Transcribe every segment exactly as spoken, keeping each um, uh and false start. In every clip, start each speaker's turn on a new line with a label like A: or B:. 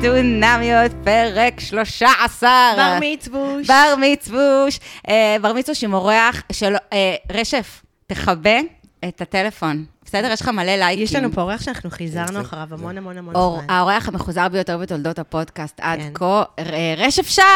A: חתונמיות, פרק שלושה עשר.
B: בר מצווש.
A: בר מצווש. אה, בר מצווש עם אורח של... אה, רשף, תחבא את הטלפון. בסדר? יש לך מלא לייקים.
B: יש לנו פה אורח שאנחנו חיזרנו אחריו המון המון המון
A: אור,
B: זמן.
A: האורח המחוזר ביותר בתולדות הפודקאסט עד
B: כן.
A: כה, ר- רשף שי.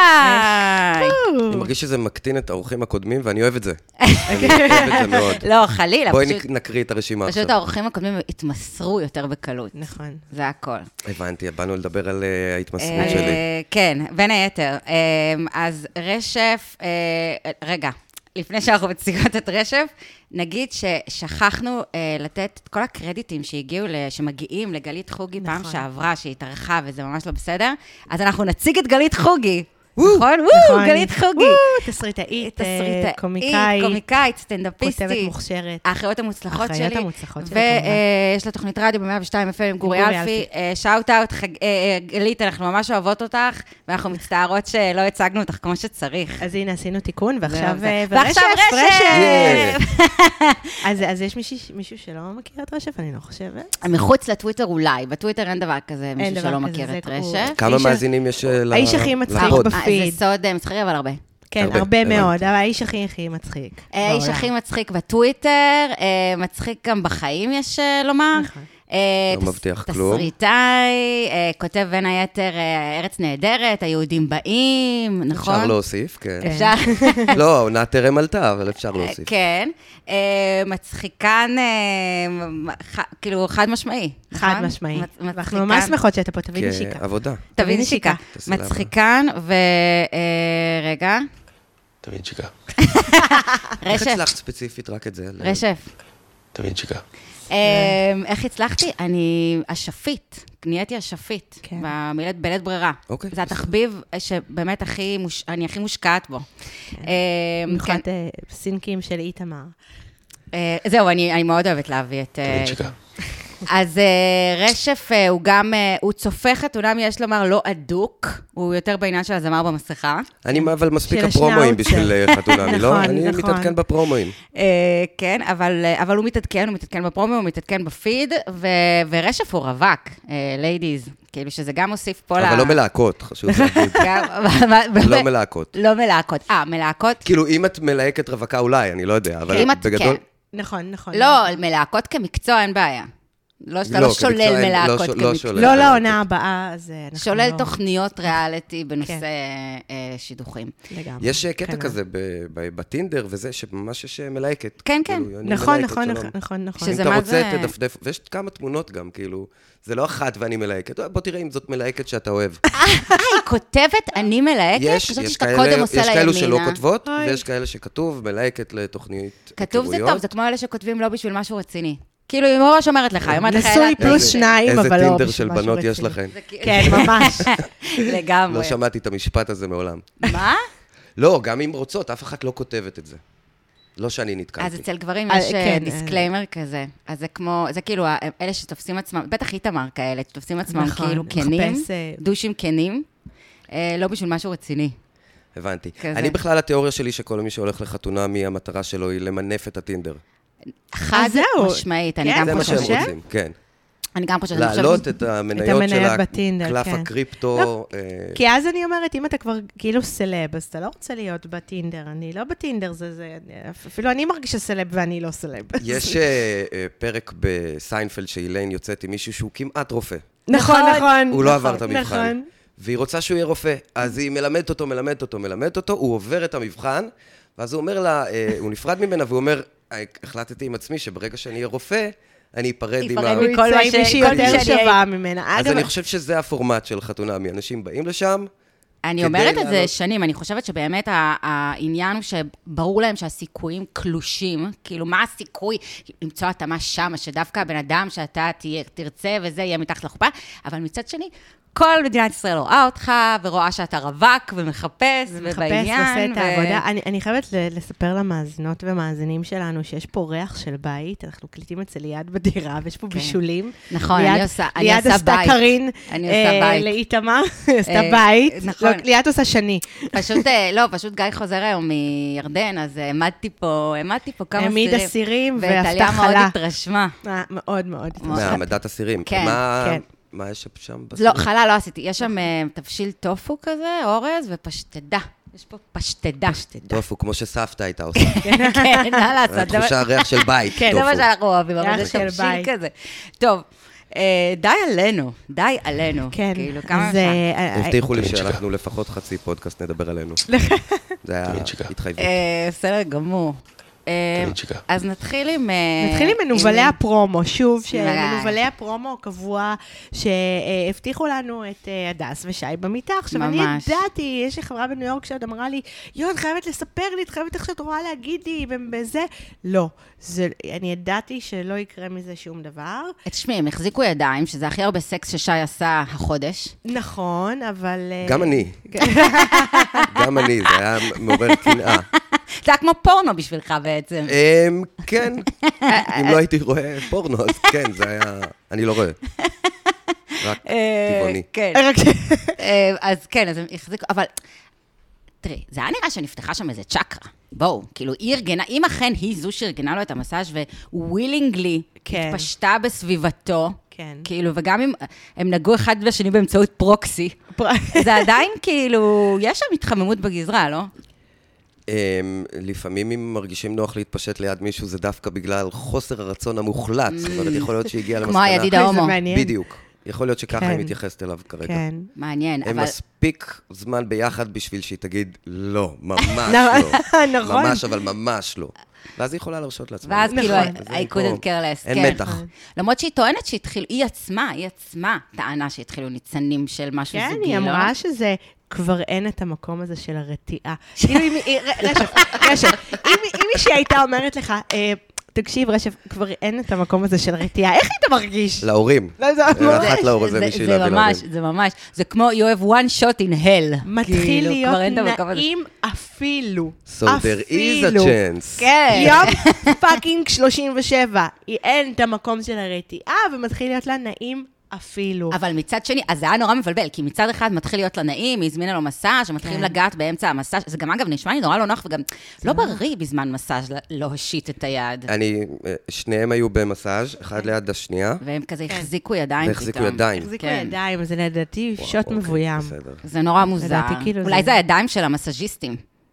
C: אני מרגיש שזה מקטין את האורחים הקודמים, ואני אוהב את זה. אני אוהב את זה מאוד.
A: לא, חלילה.
C: בואי
A: פשוט-
C: נקריא את הרשימה עכשיו.
A: פשוט האורחים הקודמים התמסרו יותר בקלות.
B: נכון.
A: זה הכל.
C: הבנתי, באנו לדבר על אה, ההתמסרות
A: אה,
C: שלי.
A: כן, בין היתר. אה, אז רשף, אה, רגע, לפני שאנחנו מציגות את רשף, נגיד ששכחנו אה, לתת את כל הקרדיטים שהגיעו, ל- שמגיעים לגלית חוגי פעם
B: נכון.
A: שעברה, שהיא התארחה וזה ממש לא בסדר, אז אנחנו נציג את גלית חוגי.
C: וואו.
A: נכון? וואו,
B: נכון.
A: גלית חוגי.
B: וואו, תסריטאית,
A: תסריטאית,
B: קומיקאית,
A: קומיקאית, סטנדאפיסטית.
B: כותבת מוכשרת.
A: האחיות המוצלחות שלי.
B: האחיות המוצלחות שלי, כמובן.
A: ויש לה תוכנית רדיו ב-מאה ושתיים אף אם עם גורי
B: גורי
A: אלפי.
B: אלפי.
A: שאוט אאוט, גלית, אנחנו ממש אוהבות אותך, ואנחנו מצטערות שלא הצגנו אותך כמו שצריך.
B: אז הנה, עשינו תיקון, ועכשיו
A: זהו, זה.
B: אה,
A: ועכשיו רשף!
B: אז אז יש מישהי- מישהו שלא מכיר את רשף? אני לא חושבת.
A: מחוץ לטוויטר אולי, בטוויטר אין דבר כזה,
B: אין
A: מישהו
B: דבר
A: שלא
B: כזה,
A: מכיר
B: זה
A: את
B: כמו-
A: רשף.
C: כמה
B: האיש ה-
C: מאזינים יש אה, ל-
B: האיש הכי מצחיק
C: לפוד?
B: בפ-
A: אה,
B: בפיד.
A: זה סוד אה, מסחרי, אבל הרבה.
B: כן,
C: הרבה,
B: הרבה
C: הבנתי.
B: מאוד, אבל האיש הכי הכי מצחיק.
A: אה, האיש
B: בעולם.
A: הכי מצחיק בטוויטר, אה, מצחיק גם בחיים, יש אה, לומר.
B: נכון.
A: אה,
C: לא
A: תס-
C: מבטיח כלום.
A: תסריטאי, אה, כותב בין היתר אה, ארץ נהדרת, היהודים באים, נכון?
C: אפשר להוסיף, כן.
A: אפשר,
C: לא, העונה טרם עלתה, אבל אפשר להוסיף.
A: כן. אה, מצחיקן, אה, ח- כאילו חד משמעי.
B: חד
A: נכון?
B: משמעי.
A: מצ-
B: אנחנו
A: מצחיקן.
B: ממש שמחות שאתה פה, תביא נשיקה.
C: כעבודה.
A: תביא נשיקה.
C: תעשי לה
A: מצחיקן, ורגע,
D: תבין שיקה.
C: איך
A: רשף,
C: הצלחת ספציפית רק את זה?
A: רשף.
D: תבין שיקה.
A: אה, איך הצלחתי? אני אשפית, נהייתי אשפית,
B: כן.
A: במילת בלית ברירה.
C: אוקיי,
A: זה
C: בסדר.
A: התחביב שבאמת הכי, מוש- אני הכי מושקעת בו. אה, כן.
B: במיוחד אה, סינקים של איתמר.
A: אה, זהו, אני אני מאוד אוהבת להביא את... אה,
D: תבין שיקה.
A: אז אה, רשף אה, הוא גם, אה, הוא צופה חתונם, יש לומר, לא אדוק, הוא יותר בעניין של הזמר במסכה.
C: אני אבל מספיק
B: של
C: הפרומואים
B: השנאוצר.
C: בשביל אה, חתונמי, לא?
B: נכון,
C: אני
B: נכון.
C: מתעדכן בפרומואים.
A: אה, כן, אבל, אה, אבל הוא מתעדכן, הוא מתעדכן בפרומו, הוא מתעדכן בפיד, ו, ורשף הוא רווק, ליידיז, כאילו שזה גם מוסיף פה ל...
C: אבל לא מלהקות, חשוב להגיד.
A: גם-
C: לא מלהקות.
A: לא מלהקות. אה, מלהקות?
C: כאילו, אם את מלהקת רווקה אולי, אני לא יודע, אבל
A: אם את-
C: בגדול...
A: כן.
B: נכון, נכון.
A: לא, מלהקות כמקצוע אין בעיה. לא שאתה לא שולל
C: כמקצוע אין-
A: מלהקות
C: לא ש- לא
A: כמקצוע.
C: שולל.
B: לא לעונה הבאה, אז אה, אנחנו
A: שולל
B: לא-
A: תוכניות ריאליטי בנושא
B: כן.
A: אה, שידוכים.
B: לגמרי.
C: יש אה, קטע
B: כן.
C: כזה ב- ב- בטינדר וזה, שממש יש אה, מלהקת.
A: כן, כן.
C: כאילו, אני
B: נכון,
C: מלהקת,
B: נכון,
C: שלום.
B: נכון, נכון, נכון.
C: אם
A: שזה
C: אתה
A: מה
C: רוצה,
A: זה-
C: תדפדף, ויש כמה תמונות גם, כאילו, זה לא אחת ואני מלהקת, בוא תראה אם זאת מלהקת שאתה אוהב.
A: אה, היא כותבת, אני מלהקת?
C: יש,
A: חשבתי
C: יש
A: שאתה
C: כאלה,
A: קודם עושה
C: יש
A: לה
C: כאלו שלא
A: ימינה.
C: כותבות,
B: אוי.
C: ויש כאלה שכתוב מלהקת לתוכנית
A: כתוב זה
C: היכרויות.
A: טוב, זה כמו אלה שכותבים לא בשביל משהו רציני. כאילו, היא ממש אומרת לך, היא אומרת לך...
B: נשוי
A: אלה-
B: פלוס
C: איזה-
B: שניים,
C: איזה
B: אבל לא
C: טינדר
B: בשביל
C: של
B: משהו
C: בנות יש
B: רציני.
C: לכם.
A: זה כאילו-
B: כן, ממש.
A: לגמרי.
C: לא שמעתי את המשפט הזה מעולם.
A: מה?
C: לא, גם אם רוצות, אף אחת לא כותבת את זה. לא שאני
A: אז
C: נתקלתי.
A: אצל גברים
B: אה,
A: יש אה,
B: כן,
A: דיסקליימר כזה. אז זה כמו, זה כאילו, ה- אלה שתופסים עצמם, בטח איתמר כאלה, שתופסים עצמם
B: נכון,
A: כאילו כנים,
B: מחפש, אה,
A: דושים כנים, אה, לא בשביל משהו רציני.
C: הבנתי.
A: כזה.
C: אני בכלל, התיאוריה שלי שכל מי שהולך לחתונה, מי המטרה שלו היא למנף את הטינדר.
A: חד
B: זהו.
A: משמעית, אני
B: כן,
A: גם
C: זה מה שהם
A: חושבת.
C: רוצים, כן.
A: אני גם חושבת. אני חושבת
C: להעלות
A: שזה-
C: את המניות של
B: המניות בטינדר,
C: הקלף
B: כן.
C: הקריפטו. אה,
B: כי אז אני אומרת, אם אתה כבר כאילו סלב, אז אתה לא רוצה להיות בטינדר. אני לא בטינדר, זה זה... אפילו אני מרגישה סלב ואני לא סלב.
C: יש אה, אה, פרק בסיינפלד שאיליין יוצאת עם מישהו שהוא כמעט רופא.
B: נכון, נכון.
C: הוא לא
B: נכון,
C: עבר את המבחן.
B: נכון.
C: והיא רוצה שהוא יהיה רופא. אז היא מלמדת אותו, מלמדת אותו, מלמדת אותו, הוא עובר את המבחן, ואז הוא אומר לה, אה, הוא נפרד ממנה, והוא אומר, "אה, החלטתי עם עצמי שברגע שאני אהיה רופא, אני אפרד עם ה...
A: ייפרד
B: הוא
A: מכל
B: יצא
A: מה
B: עם
A: ש-
B: מישהי
A: כל
B: יותר
A: מי שאני-
B: שווה ממנה.
C: אז
B: אגב,
C: אני חושב שזה הפורמט של חתונמי. אנשים באים לשם,
A: אני
C: כדי
A: אומרת את זה
C: לעלות-
A: שנים, אני חושבת שבאמת ה- העניין הוא שברור להם שהסיכויים קלושים, כאילו מה הסיכוי למצוא התאמה שם, שדווקא הבן אדם שאתה תהיה, תרצה וזה יהיה מתחת לחופה, אבל מצד שני, כל מדינת ישראל רואה אותך, ורואה שאתה רווק ומחפש,
B: מחפש,
A: ובעניין.
B: עושה את
A: ו-
B: העבודה. אני, אני חייבת ל- לספר למאזינות ומאזינים שלנו שיש פה ריח של בית, אנחנו קליטים אצל ליד בדירה, ויש פה
A: כן.
B: בישולים.
A: נכון,
B: ליד,
A: אני עושה, אני
B: ליד
A: עושה
B: עשתה
A: בית.
B: קרין,
A: אני עושה
B: אה,
A: בית.
B: לאיתמר, עשתה
A: אה,
B: בית.
A: נכון.
B: לא, ליד עושה שני.
A: פשוט, אה, לא, פשוט גיא חוזר היום מירדן, אז העמדתי פה, העמדתי פה כמה סירים.
B: העמיד אסירים
A: וטליה
B: והבטח
A: מאוד
B: חלה.
A: התרשמה.
B: אה, מאוד מאוד.
A: מאוד.
C: מהעמדת אסירים.
A: כן,
C: מה-
B: כן.
C: מה יש שם?
A: לא, חלה לא עשיתי. יש שם תבשיל טופו כזה, אורז ופשטדה. יש פה פשטדה.
C: טופו, כמו שסבתא הייתה עושה.
A: כן, מה לעשות?
C: תחושה ריח של בית, טופו.
A: זה מה שאנחנו אוהבים, אבל זה תבשיל כזה. טוב. די עלינו, די עלינו.
B: כן.
A: כאילו, כמה
B: זה...
A: אפשר.
C: הבטיחו לי שאנחנו לפחות חצי פודקאסט נדבר עלינו. זה היה התחייבות.
A: בסדר גמור. אז נתחיל עם...
B: נתחיל עם מנובלי הפרומו, שוב, שמנובלי הפרומו קבוע, שהבטיחו לנו את הדס ושי במיטה. עכשיו, אני ידעתי, יש לי חברה בניו יורק שעוד אמרה לי, יו, את חייבת לספר לי, את חייבת איך שאת רואה להגיד לי, ובזה, לא. אני ידעתי שלא יקרה מזה שום דבר.
A: תשמעי, הם החזיקו ידיים, שזה הכי הרבה סקס ששי עשה החודש.
B: נכון, אבל...
C: גם אני. גם אני, זה היה מעורר קנאה.
A: זה היה כמו פורנו בשבילך בעצם.
C: כן, אם לא הייתי רואה פורנו, אז כן, זה היה... אני לא רואה. רק טבעוני.
A: כן. אז כן, אז הם החזיקו, אבל... תראי, זה היה נראה שנפתחה שם איזה צ'קרה. בואו, כאילו, היא ארגנה, אם אכן היא זו שארגנה לו את המסאז' ווילינגלי התפשטה בסביבתו, כאילו, וגם אם הם נגעו אחד בשני באמצעות פרוקסי, זה עדיין כאילו, יש שם התחממות בגזרה, לא?
C: לפעמים אם מרגישים נוח להתפשט ליד מישהו, זה דווקא בגלל חוסר הרצון המוחלט. זאת אומרת, יכול להיות שהגיע למסקנה.
A: כמו הידיד ההומו.
C: בדיוק. יכול להיות שככה היא מתייחסת אליו כרגע.
B: כן.
A: מעניין, אבל...
C: הם מספיק זמן ביחד בשביל שהיא תגיד, לא, ממש לא.
B: נכון.
C: ממש, אבל ממש לא. ואז היא יכולה להרשות לעצמה.
A: ואז כאילו, I couldn't care less.
C: אין מתח.
A: למרות שהיא טוענת שהתחילו, היא עצמה, היא עצמה טענה שהתחילו ניצנים של משהו זוגי, לא?
B: כן, היא אמרה שזה... כבר אין את המקום הזה של הרתיעה. כאילו, רשף, רשף, אם מישהי הייתה אומרת לך, תקשיב, רשף, כבר אין את המקום הזה של הרתיעה, איך היית מרגיש?
C: להורים. אחת להורים, זה מישהי להביא להורים.
A: זה ממש, זה כמו, you have one shot in hell.
B: מתחיל להיות נעים אפילו.
C: So there is a chance.
B: כן. יום פאקינג שלושים ושבע, אין את המקום של הרתיעה, ומתחיל להיות לה נעים אפילו.
A: אבל מצד שני, אז זה היה נורא מבלבל, כי מצד אחד מתחיל להיות לה נעים, היא הזמינה לו מסאז', מתחילים לגעת באמצע המסאז', זה גם אגב נשמע לי נורא לא נוח, וגם לא בריא בזמן מסאז' לא הושיט את היד.
C: אני, שניהם היו במסאז', אחד ליד השנייה.
A: והם כזה החזיקו ידיים.
C: והחזיקו ידיים.
B: החזיקו ידיים, זה לדעתי שוט מבוים.
A: זה נורא מוזר. אולי זה הידיים של המסאז'יסטים.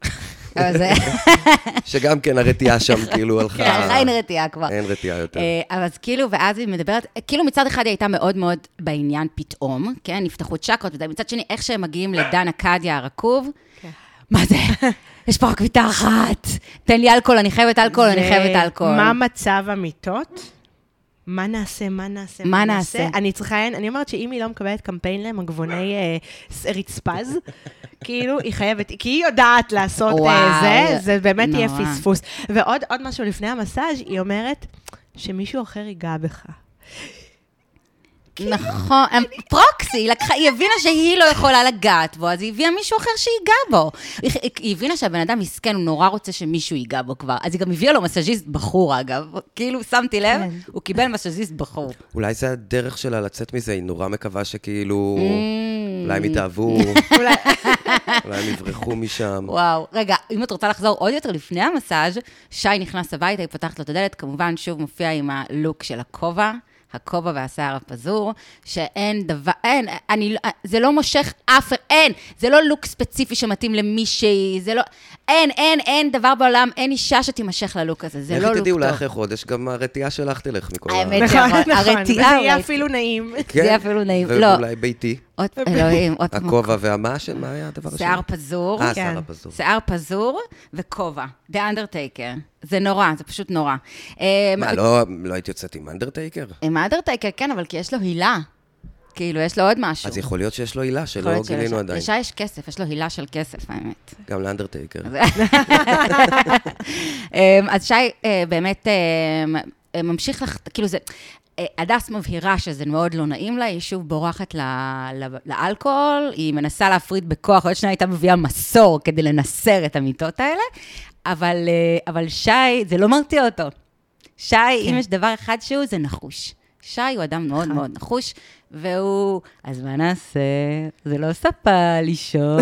C: שגם כן הרתיעה שם כאילו הלכה...
A: אין רתיעה כבר.
C: אין רתיעה יותר.
A: אז כאילו, ואז היא מדברת, כאילו מצד אחד היא הייתה מאוד מאוד בעניין פתאום, כן, נפתחו צ'קרות, ומצד שני, איך שהם מגיעים לדן אקדיה הרקוב, מה זה? יש פה רק מיטה אחת, תן לי אלכוהול, אני חייבת אלכוהול, אני חייבת אלכוהול.
B: מה מצב המיטות? מה נעשה, מה נעשה,
A: מה נעשה?
B: אני צריכה, אני אומרת שאם היא לא מקבלת קמפיין למגבוני רצפז, כאילו היא חייבת, כי היא יודעת לעשות זה, זה באמת יהיה פספוס. ועוד משהו לפני המסאז' היא אומרת שמישהו אחר ייגע בך.
A: נכון, פרוקסי, היא הבינה שהיא לא יכולה לגעת בו, אז היא הביאה מישהו אחר שיגע בו. היא הבינה שהבן אדם מסכן, הוא נורא רוצה שמישהו ייגע בו כבר, אז היא גם הביאה לו מסאז'יסט בחור, אגב. כאילו, שמתי לב, הוא קיבל מסאז'יסט בחור.
C: אולי זה הדרך שלה לצאת מזה, היא נורא מקווה שכאילו, אולי הם יתאהבו, אולי הם יברחו משם.
A: וואו, רגע, אם את רוצה לחזור עוד יותר לפני המסאז', שי נכנס הביתה, היא פותחת לו את הדלת, כמובן שוב מופיע עם הלוק של הכובע, הכובע והשיער הפזור, שאין דבר, אין, אני, זה לא מושך אף, אין, זה לא לוק ספציפי שמתאים למישהי, זה לא, אין, אין, אין דבר בעולם, אין אישה שתימשך ללוק הזה, זה לא לוק טוב.
C: איך תדעי, אולי אחרי חודש, גם הרתיעה שלך תלך מכל ה...
A: האמת נכון, הרתיעה...
B: וזה יהיה אפילו נעים.
A: זה יהיה אפילו נעים, לא.
C: ואולי ביתי.
A: עוד, אלוהים, עוד...
C: הכובע והמה, מה היה הדבר השני?
A: שיער פזור.
C: אה, שיער פזור.
A: שיער פזור וכובע. The Undertaker. זה נורא, זה פשוט נורא.
C: מה, לא היית יוצאת עם אנדרטייקר?
A: עם אנדרטייקר, כן, אבל כי יש לו הילה. כאילו, יש לו עוד משהו.
C: אז יכול להיות שיש לו הילה, שלא גילינו עדיין.
A: לשי יש כסף, יש לו הילה של כסף, האמת.
C: גם לאנדרטייקר.
A: אז שי באמת ממשיך לך, כאילו זה... הדס מבהירה שזה מאוד לא נעים לה, היא שוב בורחת לאלכוהול, היא מנסה להפריד בכוח, עוד שנייה הייתה מביאה מסור כדי לנסר את המיטות האלה, אבל, אבל שי, זה לא מרתיע אותו. שי, כן. אם יש דבר אחד שהוא, זה נחוש. שי הוא אדם מאוד מאוד נחוש, והוא, אז מה נעשה? זה לא ספה לישון.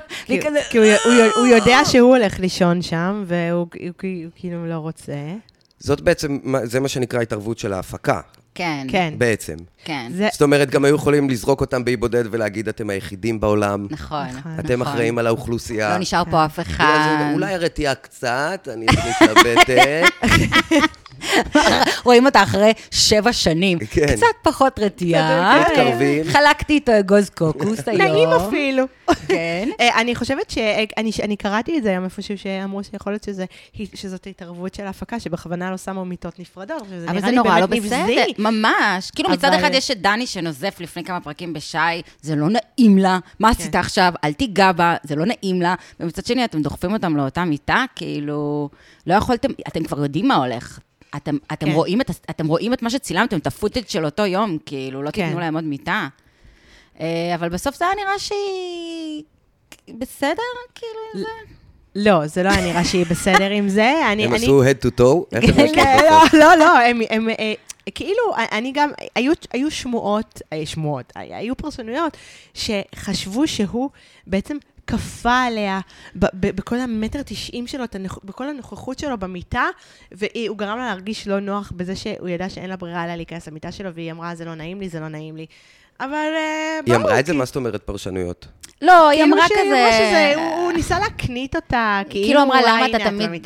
B: כאילו, כי הוא יודע שהוא הולך לישון שם, והוא כאילו לא רוצה.
C: זאת בעצם, זה מה שנקרא התערבות של ההפקה.
A: כן.
B: כן.
C: בעצם.
A: כן.
B: זה...
C: זאת אומרת, גם היו יכולים לזרוק אותם באי בודד ולהגיד, אתם היחידים בעולם.
A: נכון.
C: אתם אחראים על האוכלוסייה.
A: לא נשאר פה אף אחד.
C: אולי הרתיעה קצת, אני מתלבטת.
A: רואים אותה אחרי שבע שנים. קצת פחות רתיעה. חלקתי איתו אגוז קוקוס היום.
B: נעים אפילו.
A: כן.
B: אני חושבת שאני קראתי את זה היום איפשהו שאמרו שיכול להיות שזאת התערבות של ההפקה, שבכוונה לא שמו מיטות נפרדות.
A: אבל זה נורא לא בסדר. ממש. כאילו מצד אחד יש את דני שנוזף לפני כמה פרקים בשי, זה לא נעים לה. מה עשית עכשיו? אל תיגע בה, זה לא נעים לה. ומצד שני אתם דוחפים אותם לאותה מיטה, כאילו, לא יכולתם, אתם כבר יודעים מה הולך. אתם, אתם, כן. רואים את, אתם רואים את מה שצילמתם, את הפוטג' של אותו יום, כאילו, לא כן. תיתנו להם עוד מיטה. אבל בסוף זה היה נראה שהיא בסדר, כאילו, עם זה?
B: לא, זה לא היה נראה שהיא בסדר עם זה.
C: הם אני... עשו head to toe?
B: לא, לא, לא, הם... הם כאילו, אני גם, היו, היו שמועות, שמועות, היו פרסונויות שחשבו שהוא בעצם כפה עליה בכל המטר תשעים שלו, בכל הנוכחות שלו במיטה, והוא גרם לה להרגיש לא נוח בזה שהוא ידע שאין לה ברירה עליה להיכנס למיטה שלו, והיא אמרה, זה לא נעים לי, זה לא נעים לי. אבל...
C: היא אמרה את זה, מה זאת אומרת פרשנויות?
A: לא, היא אמרה כזה...
B: הוא ניסה להקנית אותה,
A: כאילו אמרה, למה אתה תמיד...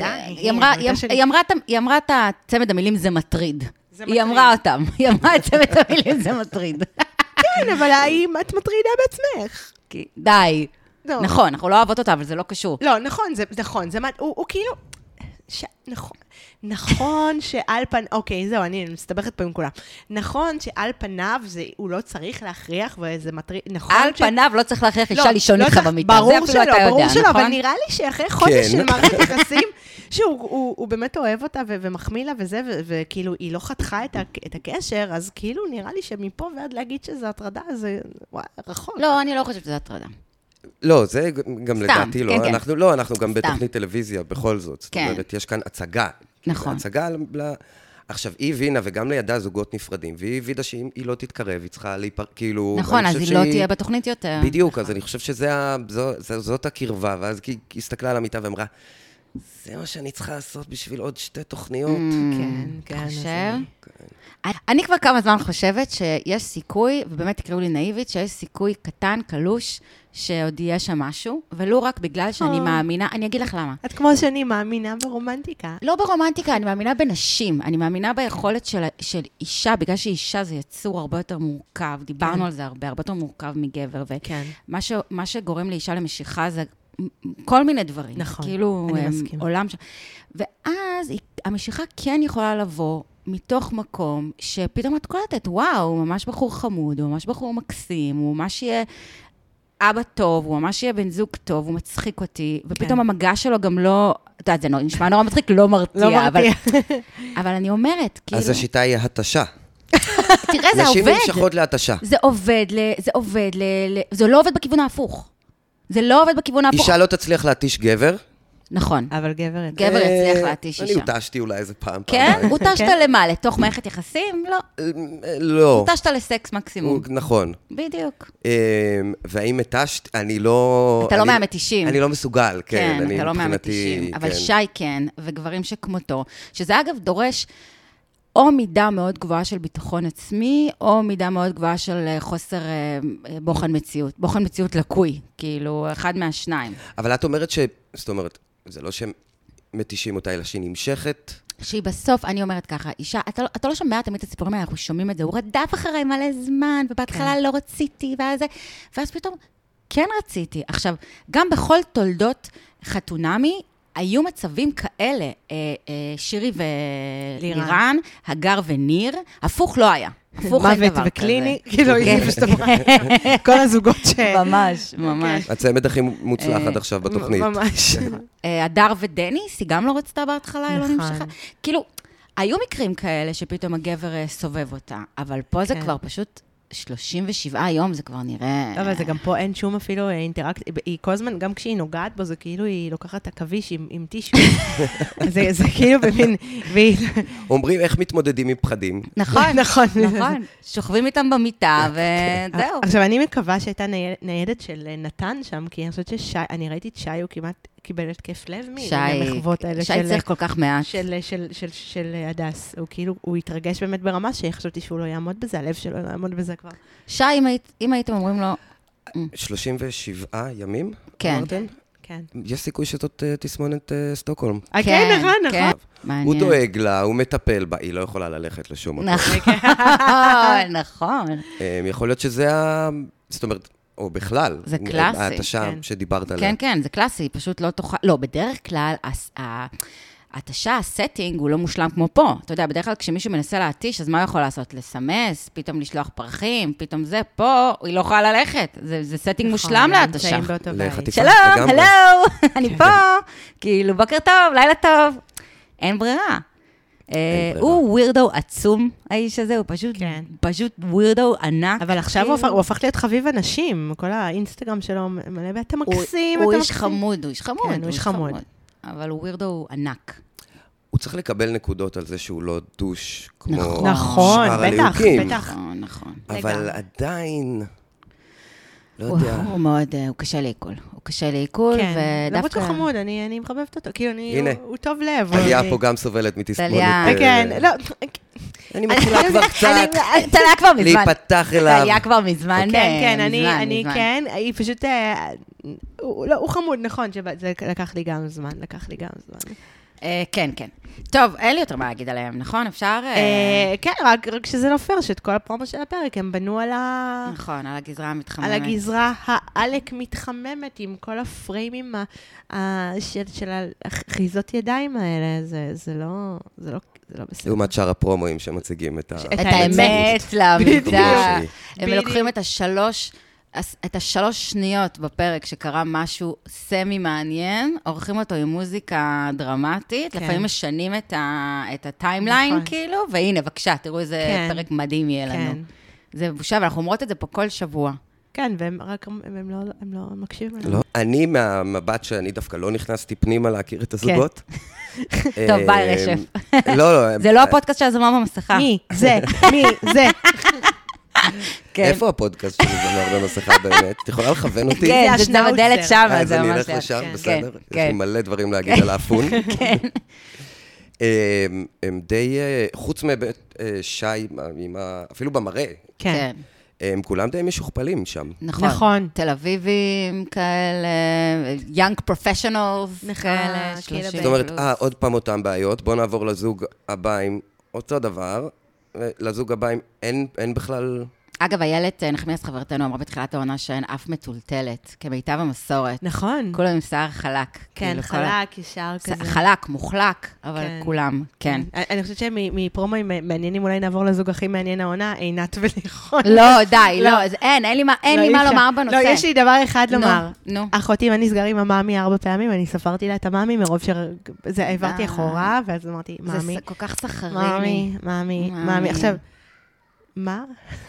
A: היא אמרה את צמד המילים, זה מטריד. היא אמרה אותם, היא אמרה את צמד המילים, זה מטריד.
B: כן, אבל האם את מטרידה בעצמך?
A: די. נכון, אנחנו לא אוהבות אותה, אבל זה לא קשור.
B: לא, נכון, זה נכון, הוא כאילו... נכון. נכון שעל פן, אוקיי, זהו, אני מסתבכת פה עם כולם. נכון שעל פניו זה, הוא לא צריך להכריח, וזה מטריד, נכון
A: על פניו לא צריך להכריח אישה לישון איתך במיטה.
B: ברור שלא, ברור שלא, אבל נראה לי שאחרי חודש של מערכת יחסים, שהוא באמת אוהב אותה ומחמיא לה וזה, וכאילו היא לא חתכה את הקשר, אז כאילו נראה לי שמפה ועד להגיד שזה הטרדה, זה רחוק.
A: לא, אני לא חושבת שזה הטרדה.
C: לא, זה גם לדעתי לא. אנחנו לא, אנחנו גם בתוכנית טלוויזיה, בכל זאת. זאת אומרת, יש כאן הצגה.
A: נכון.
C: הצגה, עכשיו, היא הבינה, וגם לידה זוגות נפרדים, והיא הבינה שאם היא לא תתקרב, היא צריכה להיפר... כאילו...
A: נכון, אז היא לא תהיה בתוכנית יותר.
C: בדיוק, אז אני חושב שזאת הקרבה, ואז היא הסתכלה על המיטה ואמרה, זה מה שאני צריכה לעשות בשביל עוד שתי תוכניות.
B: כן, כן.
A: חושב? אני כבר כמה זמן חושבת שיש סיכוי, ובאמת תקראו לי נאיבית, שיש סיכוי קטן, קלוש, שעוד יהיה שם משהו, ולא רק בגלל שאני מאמינה, אני אגיד לך למה.
B: את כמו שאני מאמינה ברומנטיקה.
A: לא ברומנטיקה, אני מאמינה בנשים, אני מאמינה ביכולת של, של אישה, בגלל שאישה זה יצור הרבה יותר מורכב, דיברנו כן. על זה הרבה, הרבה יותר מורכב מגבר, ומה ש, מה שגורם לאישה למשיכה זה כל מיני דברים.
B: נכון,
A: כאילו,
B: אני מסכים.
A: עולם ש... ואז המשיכה כן יכולה לבוא, מתוך מקום שפתאום את קולטת, וואו, הוא ממש בחור חמוד, הוא ממש בחור מקסים, הוא ממש יהיה אבא טוב, הוא ממש יהיה בן זוג טוב, הוא מצחיק אותי, ופתאום המגע שלו גם לא, אתה יודעת, זה נשמע נורא מצחיק, לא מרתיע.
B: לא מרתיע.
A: אבל אני אומרת, כאילו...
C: אז השיטה היא התשה.
A: תראה, זה עובד.
C: נשים נמשכות להתשה.
A: זה עובד, זה עובד, זה לא עובד בכיוון ההפוך. זה לא עובד בכיוון ההפוך.
C: אישה לא תצליח להתיש גבר?
A: נכון.
B: אבל גבר...
A: גבר יצליח להתיש אישה.
C: אני הוטשתי אולי איזה פעם.
A: כן? הוטשת למה? לתוך מערכת יחסים? לא.
C: לא.
A: הוטשת לסקס מקסימום.
C: נכון.
A: בדיוק.
C: והאם התשת, אני לא...
A: אתה לא מהמתישים.
C: אני לא מסוגל, כן.
A: כן, אתה לא מהמתישים. אבל שי כן, וגברים שכמותו, שזה אגב דורש או מידה מאוד גבוהה של ביטחון עצמי, או מידה מאוד גבוהה של חוסר בוחן מציאות. בוחן מציאות לקוי, כאילו, אחד מהשניים.
C: אבל את אומרת ש... זאת אומרת, זה לא שהם מתישים אותה, אלא שהיא נמשכת.
A: שהיא בסוף, אני אומרת ככה, אישה, אתה, אתה לא שומע תמיד את הסיפורים האלה, אנחנו שומעים את זה, הוא רדף אחריי מלא זמן, ובהתחלה כן. לא רציתי, ואז, ואז פתאום, כן רציתי. עכשיו, גם בכל תולדות חתונמי, היו מצבים כאלה, אה, אה, שירי ולירן, הגר וניר, הפוך לא היה. הפוך אין דבר כזה.
B: מוות וקליני, כאילו, כל הזוגות ש...
A: ממש, ממש.
C: הצמד הכי מוצלח עד עכשיו בתוכנית.
B: ממש.
A: הדר ודניס, היא גם לא רצתה בהתחלה, היא לא נמשכה. כאילו, היו מקרים כאלה שפתאום הגבר סובב אותה, אבל פה זה כבר פשוט... שלושים ושבעה יום זה כבר נראה...
B: אבל זה גם פה אין שום אפילו אינטראקט, היא כל הזמן, גם כשהיא נוגעת בו, זה כאילו היא לוקחת את הכביש עם, עם טישו. זה, זה כאילו במין...
C: אומרים איך מתמודדים עם פחדים.
A: נכון, נכון, נכון. שוכבים איתם במיטה, וזהו.
B: עכשיו, אני מקווה שהייתה ניידת של נתן שם, כי אני חושבת ששי, אני ראיתי את שי, הוא כמעט קיבל התקף לב
A: שי,
B: מהמחוות האלה
A: שי צריך כל כך מעט.
B: של, של, של, של הדס. הוא כאילו, הוא התרגש באמת ברמה שחשבתי שהוא לא יעמוד בזה, הלב שלו לא יעמוד בזה כבר.
A: שי, אם, היית, אם הייתם אומרים לו...
C: שלושים ושבעה ימים,
A: כן.
C: אמרתם?
B: כן.
C: יש סיכוי שזאת תסמונת סטוקהולם.
B: כן, נכון, נכון.
C: הוא דואג לה, הוא מטפל בה, היא לא יכולה ללכת לשום מקום.
A: נכון.
C: יכול להיות שזה ה... זאת אומרת, או בכלל.
A: זה קלאסי.
C: ההתשה שדיברת עליה.
A: כן, כן, זה קלאסי, פשוט לא תוכל... לא, בדרך כלל, ההתשה, הסטינג הוא לא מושלם כמו פה. אתה יודע, בדרך כלל כשמישהו מנסה להתיש, אז מה הוא יכול לעשות? לסמס, פתאום לשלוח פרחים, פתאום זה, פה, היא לא יכולה ללכת. זה סטינג מושלם להתשה. שלום, הלו, אני פה. כאילו, בוקר טוב, לילה טוב. אין ברירה. הוא ווירדו עצום, האיש הזה, הוא פשוט, פשוט ווירדו ענק.
B: אבל עכשיו הוא הפך להיות חביב אנשים, כל האינסטגרם שלו מלא ואתה מקסים,
A: הוא איש חמוד, הוא איש חמוד.
B: הוא איש חמוד.
A: אבל הוא ווירדו ענק.
C: הוא צריך לקבל נקודות על זה שהוא לא דוש כמו
B: שאר
C: הליהוקים.
B: נכון,
A: נכון.
C: אבל עדיין... לא יודע.
A: הוא מאוד, הוא קשה לעיכול. הוא קשה לעיכול,
B: ודווקא...
A: כן,
B: למרות שהוא חמוד, אני מחבבת אותו. כאילו, הוא טוב לב.
C: טליה פה גם סובלת מתסמונת.
B: כן, לא...
C: אני מתחילה כבר קצת...
A: טליה כבר מזמן.
C: להיפתח אליו.
A: טליה כבר מזמן.
B: כן, כן, אני כן. היא פשוט... הוא חמוד, נכון, זה לקח לי גם זמן, לקח לי גם זמן.
A: כן, כן. טוב, אין לי יותר מה להגיד עליהם, נכון? אפשר...
B: כן, רק שזה לא פייר, שאת כל הפרומו של הפרק, הם בנו על ה...
A: נכון, על הגזרה המתחממת.
B: על הגזרה העלק מתחממת, עם כל הפריימים של האחיזות ידיים האלה, זה לא בסדר.
C: לעומת שאר הפרומואים שמציגים את ה...
A: את האמת לאמיתה. הם לוקחים את השלוש... את השלוש שניות בפרק שקרה משהו סמי מעניין, עורכים אותו עם מוזיקה דרמטית, לפעמים משנים את הטיימליין כאילו, והנה, בבקשה, תראו איזה פרק מדהים יהיה לנו. זה בושה, ואנחנו אומרות את זה פה כל שבוע.
B: כן, והם רק, הם לא מקשיבים לנו.
C: לא, אני מהמבט שאני דווקא לא נכנסתי פנימה להכיר את הזוגות.
A: טוב, ביי רשף.
C: לא, לא.
A: זה לא הפודקאסט של הזמר במסכה.
B: מי? זה, מי? זה.
C: איפה הפודקאסט שלי זמר במסכה באמת? את יכולה לכוון אותי?
A: כן, זה בדלת שם,
C: אז אני אלך לשם, בסדר? יש לי מלא דברים להגיד על האפון.
A: כן.
C: הם די, חוץ מבית שי, אפילו במראה.
A: כן.
C: הם כולם די משוכפלים שם.
A: נכון. תל אביבים כאלה, young professionals כאלה.
C: זאת אומרת, אה, עוד פעם אותם בעיות, בואו נעבור לזוג הבא עם אותו דבר, לזוג הבא עם אין בכלל...
A: אגב, איילת נחמיאס חברתנו אמרה בתחילת העונה שאין אף מטולטלת, כמיטב המסורת.
B: נכון.
A: כולם עם שיער חלק.
B: כן, חלק, ישר כזה.
A: חלק, מוחלק, אבל כולם, כן.
B: אני חושבת שמפרומואים מעניינים, אולי נעבור לזוג הכי מעניין העונה, עינת ולירון.
A: לא, די, לא, אין, אין לי מה לומר בנושא.
B: לא, יש לי דבר אחד לומר.
A: נו.
B: אחותי, אני סגר עם המאמי ארבע פעמים, אני ספרתי לה את המאמי, מרוב שהעברתי אחורה, ואז אמרתי, מאמי.
A: זה כל כך סחריני.
B: מאמי, מאמי, מאמי. עכשיו, מה?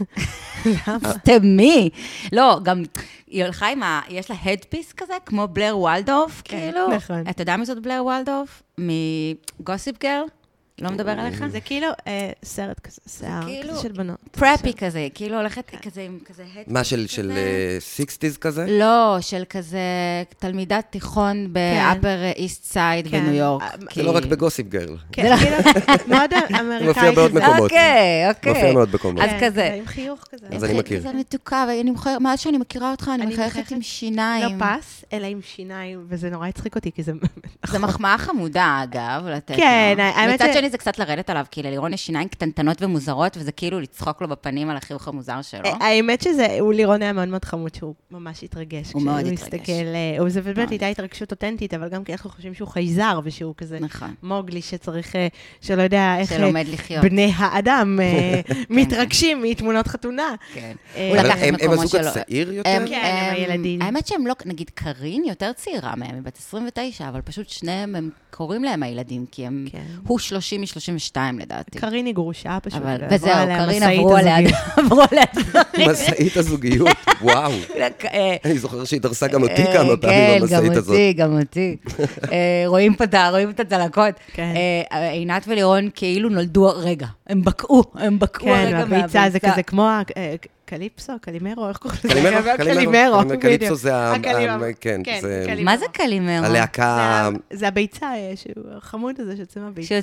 A: למה? תמי. לא, גם היא הולכה עם ה... יש לה הדפיס כזה, כמו בלר וולדורף, כאילו.
B: נכון.
A: אתה יודע מי זאת בלר וולדורף? מגוסיפ גרל? לא מדבר עליך?
B: זה כאילו סרט כזה, שיער כזה של בנות.
A: פרפי כזה, כאילו הולכת כזה עם כזה הדפיס.
C: מה, של סיקסטיז כזה?
A: לא, של כזה תלמידת תיכון באפר איסט סייד בניו יורק.
C: זה לא רק בגוסיפ גרל.
B: כן, כאילו, מאוד אמריקאי.
C: זה מופיע בעוד מקומות.
A: אוקיי, אוקיי.
C: מופיע מאוד מקומות.
A: אז כזה.
B: עם חיוך כזה.
C: אז אני מכיר.
A: זה מתוקה, מאז שאני מכירה אותך, אני מחייכת עם שיניים.
B: לא פס, אלא עם שיניים, וזה נורא הצחיק אותי, כי זה...
A: זה מחמאה חמודה, אגב, לתת.
B: כן, האמת
A: מצד שני זה קצת לרדת עליו, כי ללירון יש שיניים קטנטנות ומוזרות, וזה כאילו לצחוק לו בפנים על החיוך המוזר שלו.
B: האמת שזה, הוא לירון היה מאוד מאוד חמוד, שהוא ממש התרגש.
A: הוא מאוד התרגש.
B: הוא זה באמת הייתה התרגשות אותנטית, אבל גם כי אנחנו חושבים שהוא חייזר, ושהוא כזה מוגלי שצריך, שלא יודע איך בני האדם מתרגשים מתמונות חתונה.
A: הוא לקח את מקומו שלו.
C: הם הזוג הצעיר יותר?
B: כן, הם הילדים.
A: האמת שהם לא, נגיד קרין יותר צעירה מהם, היא בת עשרים ותשע, אבל פשוט שניהם הם קוראים להם הילדים, כי הם, הוא שלושים מ-שלושים ושתיים לדעתי.
B: קרין היא גרושה פשוט.
A: וזהו, קרין עברו עליה דברים.
C: מסעית הזוגיות, וואו. אני זוכר שהיא דרסה גם אותי כמה פעמים במסעית הזאת.
A: כן, גם אותי, גם אותי. רואים את הצלקות. עינת ולירון כאילו נולדו רגע, הם בקעו, הם בקעו רגע מהביצה.
B: זה כזה כמו קליפסו, קלימרו, איך קוראים
C: לזה? קלימרו, קלימרו. קליפסו זה ה...
B: כן,
A: מה זה קלימרו?
C: הלהקה...
B: זה הביצה, החמוד הזה שיוצא מהביצה.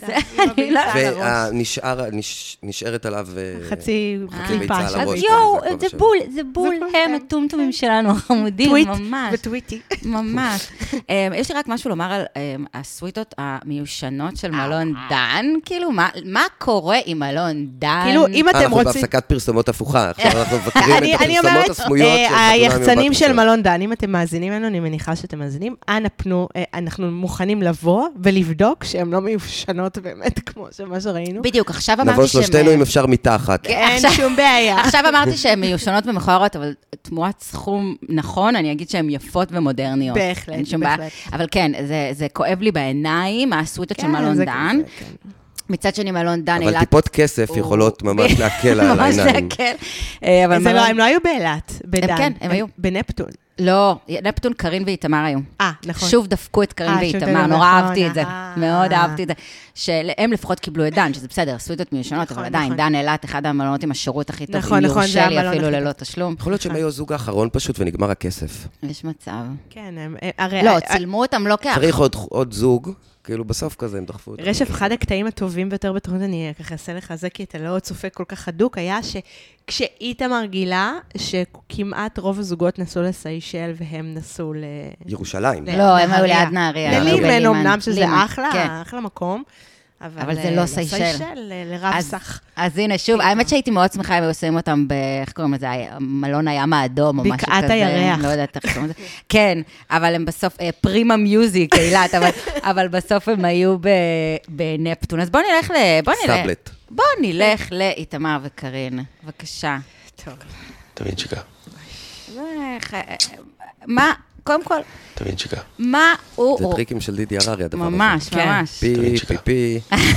B: ונשארת
C: עליו
B: חצי קליפה.
A: יואו, זה בול, זה בול, הם הטומטומים שלנו, החמודים, ממש.
B: וטוויטי.
A: ממש. יש לי רק משהו לומר על הסוויטות המיושנות של מלון דן, כאילו, מה קורה עם מלון דן?
B: כאילו, אם אתם רוצים...
C: אנחנו בהפסקת פרסומות הפוכה, עכשיו אנחנו מבקרים את הפרסומות הסמויות.
B: היחצנים של מלון דן, אם אתם מאזינים לנו, אני מניחה שאתם מאזינים, אנא פנו, אנחנו מוכנים לבוא ולבדוק שהן לא מיושנות באמת, כמו שמה שראינו.
A: בדיוק, עכשיו אמרתי
C: נבוא שלושתנו אם אפשר מתחת.
B: אין שום בעיה.
A: עכשיו אמרתי שהן מיושנות ומכוערות, אבל תמורת סכום נכון, אני אגיד שהן יפות ומודרניות.
B: בהחלט, בהחלט.
A: אבל כן, זה כואב לי בעיניים, הסוויטות של מלון דן. מצד שני מלון דן,
C: אבל טיפות כסף יכולות ממש להקל על העיניים.
A: ממש להקל.
B: הם לא היו באילת, בדן.
A: כן, הם היו.
B: בנפטון.
A: לא, נפטון, קרין ואיתמר היו.
B: אה, נכון.
A: שוב דפקו את קרין ואיתמר, נורא אהבתי את זה. מאוד אהבתי את זה. שהם לפחות קיבלו את דן, שזה בסדר, סוויטות מיושנות, אבל עדיין, דן אילת, אחד המלונות עם השירות הכי טוב, אם יורשה לי אפילו ללא תשלום.
C: יכול להיות שהם היו הזוג האחרון פשוט ונגמר הכסף.
A: יש מצב.
B: כן,
A: הם... לא, צילמו אותם לא כך.
C: צריך עוד זוג. כאילו בסוף כזה הם דחפו אותם.
B: רשף, אחד הקטעים הטובים ביותר בתוכנית, אני ככה אעשה לך זה, כי אתה לא צופה כל כך הדוק, היה שכשאיתמר גילה, שכמעט רוב הזוגות נסעו לסיישל, והם נסעו ל...
C: ירושלים.
A: לא, הם היו ליד נהריה.
B: ללימן, אמנם שזה אחלה, אחלה מקום.
A: אבל זה לא סיישל.
B: לרב סך.
A: אז הנה, שוב, האמת שהייתי מאוד שמחה אם עושים אותם, איך קוראים לזה, מלון הים האדום או משהו כזה.
B: בקעת הירח.
A: לא יודעת איך קוראים לזה. כן, אבל הם בסוף, פרימה מיוזיק, אילת, אבל בסוף הם היו בנפטון. אז בואו נלך ל...
C: סאבלט.
A: בואו נלך לאיתמר וקרין. בבקשה.
B: טוב.
D: תבין שיקה.
A: מה... קודם כל,
D: תבין שיקה.
A: מה הוא...
C: זה טריקים של דידי הררי, הדבר הזה.
A: ממש, ממש.
C: פי, פי, פי.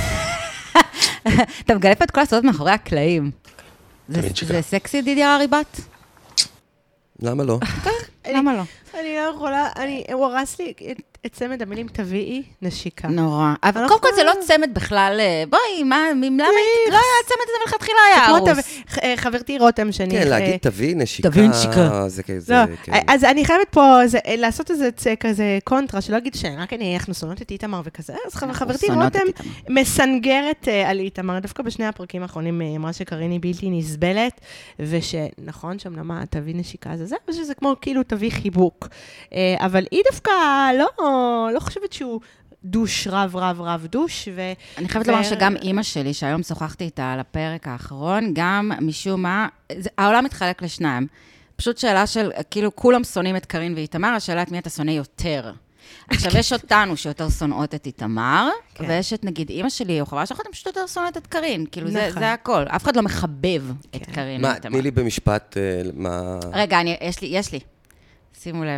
A: אתה מגלה פה את כל הסודות מאחורי הקלעים. זה סקסי, דידי הררי בת?
C: למה לא?
A: למה לא?
B: אני לא יכולה, הוא הרס לי את צמד המילים תביאי נשיקה.
A: נורא. אבל קודם כל זה לא צמד בכלל, בואי, מה, למה לא היה הצמד הזה מלכתחילה היה ארוס?
B: חברתי רותם שאני...
C: כן, להגיד תביאי נשיקה.
A: תביאי נשיקה.
C: זה כזה...
B: אז אני חייבת פה לעשות איזה כזה קונטרה, שלא אגיד שרק אנחנו שונאות את איתמר וכזה, אז חברתי רותם מסנגרת על איתמר, דווקא בשני הפרקים האחרונים אמרה שקרין היא בלתי נסבלת, ושנכון שם למה תביאי נשיקה זה זה, ושזה כמו כאילו תביאי חיבוק. אבל היא דווקא לא... לא חושבת שהוא דוש, רב, רב, רב, דוש.
A: אני חייבת לומר שגם אימא שלי, שהיום שוחחתי איתה על הפרק האחרון, גם משום מה, העולם מתחלק לשניים. פשוט שאלה של, כאילו, כולם שונאים את קרין ואיתמר, השאלה את מי אתה שונא יותר. עכשיו, יש אותנו שיותר שונאות את איתמר, ויש את, נגיד, אימא שלי או חברה שלך, אתם פשוט יותר שונאת את קרין. כאילו, זה הכל. אף אחד לא מחבב את קרין ואיתמר.
C: מה, תני לי במשפט, מה...
A: רגע, יש לי, יש לי. שימו לב.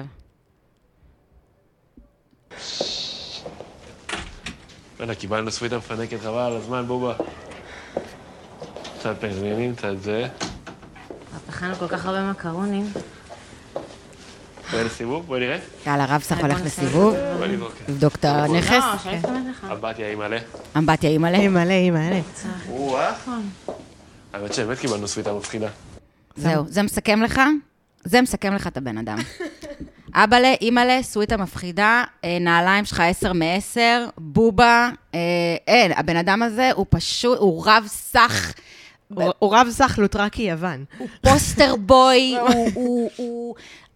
D: וואלה, קיבלנו סוויטה מפנקת חבל על הזמן, בובה. קצת פרמינים, קצת זה.
A: אכלנו כל כך הרבה מקרונים.
D: בואי לסיבוב, בואי נראה.
A: יאללה, רב סך הולך לסיבוב.
D: בואי נבדוק.
A: לבדוק את הנכס.
D: אמבטיה עם מלא.
A: אמבטיה עם מלא.
B: עם מלא, עם מלא.
D: וואה. האמת שבאמת קיבלנו סוויטה מפחידה.
A: זהו, זה מסכם לך? זה מסכם לך את הבן אדם. אבאלה, אימאלה, סוויטה מפחידה, נעליים שלך עשר מעשר, בובה, אין, הבן אדם הזה הוא פשוט, הוא רב סך.
B: הוא רב סך לוטרקי יוון.
A: הוא פוסטר בוי, הוא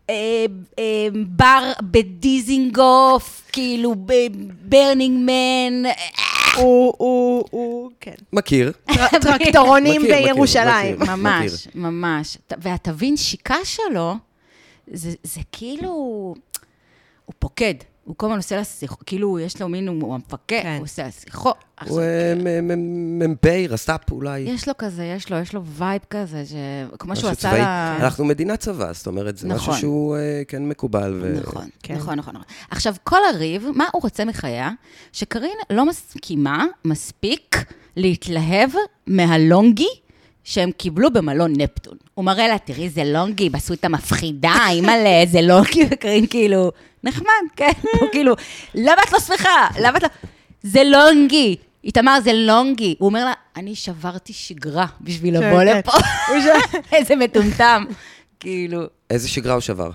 A: בר בדיזינגוף, כאילו ברנינג מן.
B: הוא, הוא, הוא, כן.
C: מכיר.
B: טרקטורונים בירושלים.
A: ממש, ממש. והתבין שיקה שלו, זה, זה כאילו, הוא פוקד, הוא כל הזמן עושה לה שיחו, כאילו יש לו מין, הוא המפקד, כן. הוא עושה לה שיחו.
C: הוא ממפי, רס"פ אולי.
A: יש לו כזה, יש לו, יש לו וייב כזה, כמו שהוא עשה לה...
C: אנחנו מדינת צבא, זאת אומרת, זה נכון. משהו שהוא כן מקובל. ו...
A: נכון, כן. נכון, נכון, נכון. עכשיו, כל הריב, מה הוא רוצה מחייה? שקרין לא מסכימה מספיק להתלהב מהלונגי, שהם קיבלו במלון נפטון. הוא מראה לה, תראי, זה לונגי, בסוויטה מפחידה, אימא'לה, זה לונגי, וקרין כאילו, נחמד, כן, הוא כאילו, למה את לא שמחה? למה את לא... זה לונגי, איתמר, זה לונגי. הוא אומר לה, אני שברתי שגרה בשביל לבוא לפה. איזה מטומטם. כאילו...
C: איזה שגרה הוא שבר?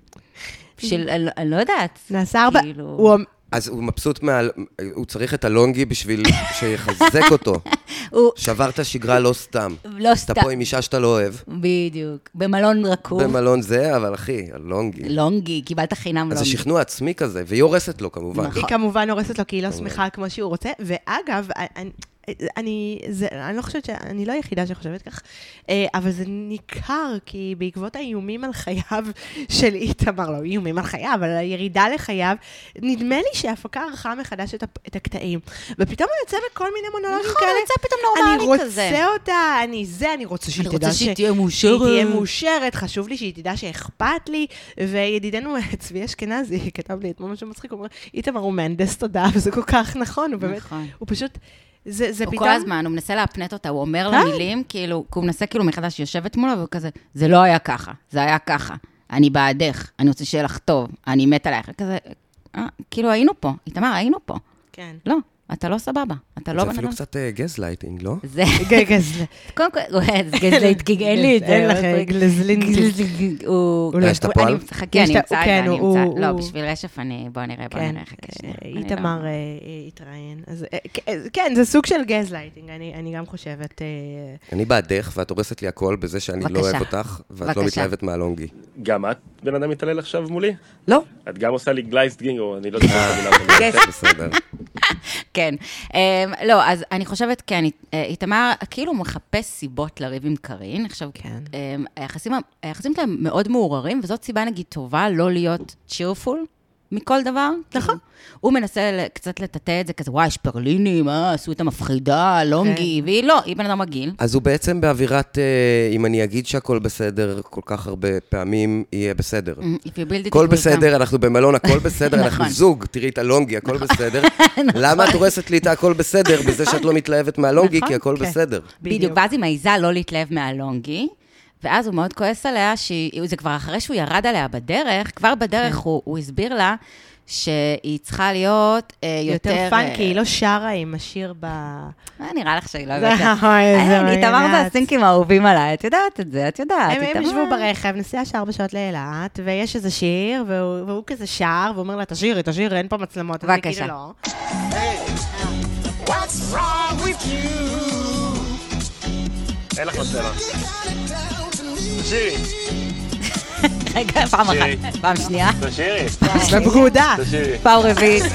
A: של, אני לא יודעת.
B: נעשה ארבע...
C: אז הוא מבסוט מעל... הוא צריך את הלונגי בשביל שיחזק אותו. שברת שגרה לא סתם.
A: לא סתם.
C: אתה פה עם אישה שאתה לא אוהב.
A: בדיוק. במלון רקוב.
C: במלון זה, אבל אחי, הלונגי.
A: לונגי, קיבלת חינם לונגי.
C: אז זה שכנוע עצמי כזה, והיא הורסת לו כמובן.
B: היא כמובן הורסת לו, כי היא לא שמחה כמו שהוא רוצה. ואגב, אני... אני, זה, אני לא חושבת שאני לא היחידה שחושבת כך, אבל זה ניכר, כי בעקבות האיומים על חייו של איתמר, לא איומים על חייו, אבל הירידה לחייו, נדמה לי שההפקה ערכה מחדש את, את הקטעים. ופתאום הוא יוצא בכל מיני מונולוגים כאלה.
A: נכון, יוצא פתאום נורמלי כזה.
B: אני רוצה אותה, אני זה, אני רוצה שהיא תדע
A: שהיא תהיה מאושרת.
B: שהיא תהיה מאושרת, חשוב לי שהיא תדע שאכפת לי, וידידנו צבי אשכנזי כתב לי את משהו מצחיק, הוא אומר, איתמר הוא מהנדס תודעה, וזה כל כך נכון, הוא באמת, הוא פשוט... זה, זה
A: הוא
B: פתאום...
A: כל הזמן, הוא מנסה להפנט אותה, הוא אומר לה מילים, כאילו, הוא מנסה כאילו מחדש יושבת מולו, והוא כזה, זה לא היה ככה, זה היה ככה, אני בעדך, אני רוצה שיהיה לך טוב, אני מת עלייך, כזה, אה, כאילו היינו פה, איתמר, היינו פה.
B: כן.
A: לא, אתה לא סבבה, אתה לא...
C: זה אפילו קצת גזלייטינג, לא?
A: זה...
B: גזלייטינג.
A: קודם כל, גזלייטינג, אין לי את זה.
B: אין לך גזלייטינג.
A: הוא...
C: יש את הפועל?
A: חכה, אני אמצא את זה, אני אמצא. לא, בשביל רשף אני... בוא נראה, בוא נראה.
B: איתמר התראיין. כן, זה סוג של גזלייטינג, אני גם חושבת...
C: אני בעדך, ואת הורסת לי הכל בזה שאני לא אוהב אותך, ואת לא מתלהבת מהלונגי.
D: גם את בן אדם מתעלל עכשיו מולי?
A: לא.
D: את גם עושה לי גלייסטינג, או אני לא יודע את המילה.
C: בסדר.
A: כן. לא, אז אני חושבת, כן, איתמר כאילו מחפש סיבות לריב עם קרין. עכשיו, היחסים שלהם מאוד מעוררים, וזאת סיבה נגיד טובה לא להיות cheerful מכל דבר. נכון. הוא מנסה קצת לטטא את זה כזה, וואי, שפרלינים, אה, עשו את המפחידה, לונגי, והיא לא, היא בן אדם מגעיל.
C: אז הוא בעצם באווירת, אם אני אגיד שהכל בסדר, כל כך הרבה פעמים יהיה בסדר. הכל בסדר, אנחנו במלון, הכל בסדר, אנחנו זוג, תראי את הלונגי, הכל בסדר. למה את הורסת לי את הכל בסדר, בזה שאת לא מתלהבת מהלונגי, כי הכל בסדר.
A: בדיוק, ואז היא מעיזה לא להתלהב מהלונגי, ואז הוא מאוד כועס עליה, שזה כבר אחרי שהוא ירד עליה בדרך, כבר בדרך הוא הסביר לה, שהיא צריכה להיות יותר...
B: יותר פאנקי, היא לא שרה עם השיר ב...
A: נראה לך שהיא לא יודעת. איתמר זה הסינקים האהובים עליי, את יודעת את זה, את יודעת.
B: הם ישבו ברכב, נסיעה שארבע שעות לאילת, ויש איזה שיר, והוא כזה שר, ואומר לה, תשירי, תשירי, אין פה מצלמות.
A: בבקשה.
D: אין לך מצלמה. תשירי.
A: רגע, פעם אחת, פעם שנייה.
D: תשירי.
B: בבגודה.
D: תשירי.
A: פעם רביעית.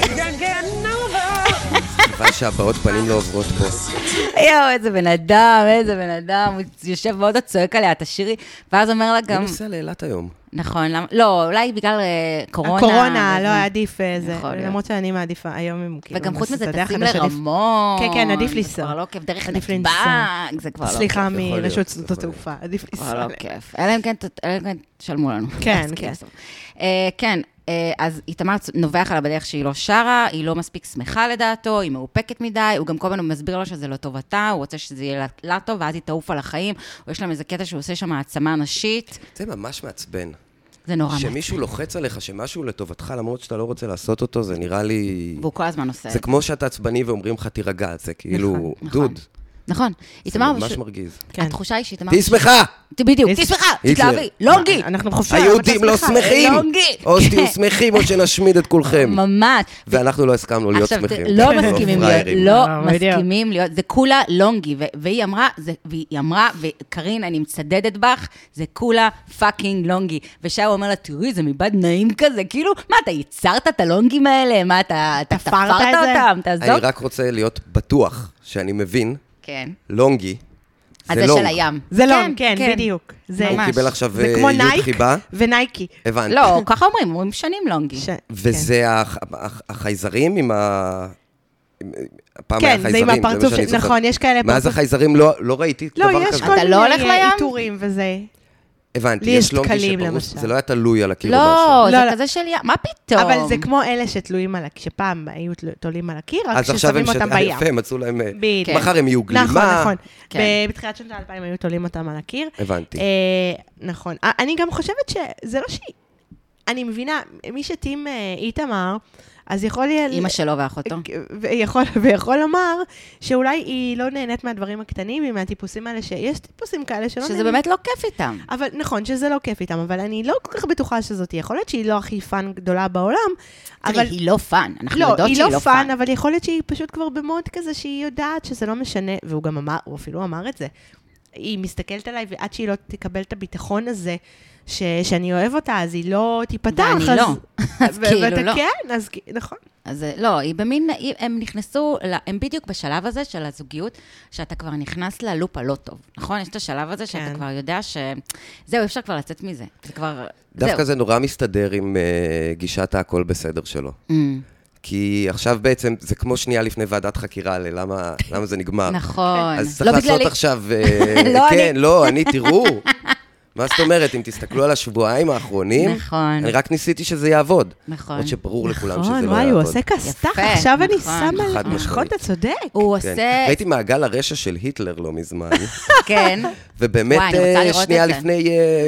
C: אבל שהבעות פנים לא עוברות פה.
A: יואו, איזה בן אדם, איזה בן אדם. הוא יושב מאוד הצועק עליה, תשירי. ואז אומר לה גם...
C: אני נוסע לאילת היום.
A: נכון, לא, אולי בגלל קורונה.
B: הקורונה, לא עדיף זה. למרות שאני מעדיפה היום עם...
A: וגם חוץ מזה, תשים לרמון.
B: כן, כן, עדיף לנסוע.
A: כבר לא כיף, דרך נתב"ג, זה כבר לא כיף.
B: סליחה מרשות שדות התעופה, עדיף לנסוע.
A: כבר לא כיף. אלא אם כן, תשלמו לנו.
B: כן, כן.
A: כן, אז איתמר נובח עליה בדרך שהיא לא שרה, היא לא מספיק שמחה לדעתו, היא מאופקת מדי, הוא גם כל הזמן מסביר לו שזה לא טובתה, הוא רוצה שזה יהיה לה טוב, ואז היא תעוף על החיים, או יש להם איזה קטע שהוא עושה שם העצמה נשית.
C: זה ממש מעצבן.
A: זה נורא מעצבן.
C: שמישהו לוחץ עליך, שמשהו לטובתך, למרות שאתה לא רוצה לעשות אותו, זה נראה לי...
A: והוא כל הזמן עושה.
C: זה כמו שאתה עצבני ואומרים לך תירגע, זה כאילו, דוד.
A: נכון.
C: זה ממש מרגיז.
A: התחושה היא שאיתמר...
C: תהי שמחה!
A: בדיוק, תהי שמחה! תתלהבי! לונגי!
B: אנחנו חופשה.
C: היהודים לא שמחים!
A: לונגי!
C: או שתהיו שמחים או שנשמיד את כולכם.
A: ממש.
C: ואנחנו לא הסכמנו להיות שמחים.
A: לא מסכימים להיות, לא מסכימים להיות, זה כולה לונגי, והיא אמרה, והיא אמרה, וקרין, אני מצדדת בך, זה כולה פאקינג לונגי. ושאו אומר לה, תראי, זה מבד נעים כזה, כאילו, מה, אתה ייצרת את הלונגים האלה? מה, אתה תפרת אותם?
C: אני רק רוצה להיות בטוח שאני מבין
A: כן.
C: לונגי,
A: זה לונג. של הים.
B: זה לונג, כן, בדיוק.
C: הוא קיבל עכשיו יוד חיבה.
B: ונייקי.
C: הבנתי.
A: לא, ככה אומרים, אומרים שנים לונגי.
C: וזה החייזרים עם ה... פעם
B: כן, זה עם הפרצוף, נכון, יש כאלה פרצוף.
C: מאז החייזרים לא ראיתי דבר כזה.
B: לא, יש כל מיני איתורים וזה.
C: הבנתי, יש לונגי שפרוס, זה לא היה תלוי על הקיר או
A: משהו. לא, זה כזה של ים, מה פתאום?
B: אבל זה כמו אלה שתלויים על הקיר, שפעם היו תולים על הקיר, רק ששמים אותם בים.
C: אז עכשיו הם יפה, מצאו להם, מחר הם יהיו גלימה.
B: נכון, נכון. בתחילת שנות האלפיים היו תולים אותם על הקיר.
C: הבנתי.
B: נכון. אני גם חושבת שזה לא שהיא, אני מבינה, מי שטים איתמר, אז יכול להיות...
A: אמא שלו ואחותו.
B: ויכול, ויכול לומר שאולי היא לא נהנית מהדברים הקטנים, היא מהטיפוסים האלה, שיש טיפוסים כאלה שלא
A: שזה באמת לא כיף איתם.
B: אבל נכון, שזה לא כיף איתם, אבל אני לא כל כך בטוחה שזאת. יכול להיות שהיא לא הכי פן גדולה בעולם,
A: אבל... היא לא פן, אנחנו יודעות שהיא לא פן.
B: לא, היא לא פן, אבל יכול להיות שהיא פשוט כבר במוד כזה, שהיא יודעת שזה לא משנה, והוא גם אמר, הוא אפילו אמר את זה. היא מסתכלת עליי, ועד שהיא לא תקבל את הביטחון הזה, ש, שאני אוהב אותה, אז היא לא תיפתח.
A: ואני לא. אז כאילו לא.
B: כן, אז נכון.
A: אז לא, היא במין, הם נכנסו, הם בדיוק בשלב הזה של הזוגיות, שאתה כבר נכנס ללופ הלא טוב, נכון? יש את השלב הזה שאתה כבר יודע ש... זהו, אפשר כבר לצאת מזה. זה כבר...
C: דווקא זה נורא מסתדר עם גישת הכל בסדר שלו. כי עכשיו בעצם, זה כמו שנייה לפני ועדת חקירה, למה זה נגמר.
A: נכון.
C: אז צריך לעשות עכשיו... כן, לא, אני, תראו. מה זאת אומרת, אם תסתכלו על השבועיים האחרונים, אני רק ניסיתי שזה יעבוד. נכון. עוד שברור לכולם שזה לא יעבוד.
B: וואי, הוא עושה כסתח, עכשיו אני שמה על נכון, אתה צודק.
A: הוא עושה...
C: ראיתי מעגל הרשע של היטלר לא מזמן.
A: כן.
C: ובאמת, שנייה לפני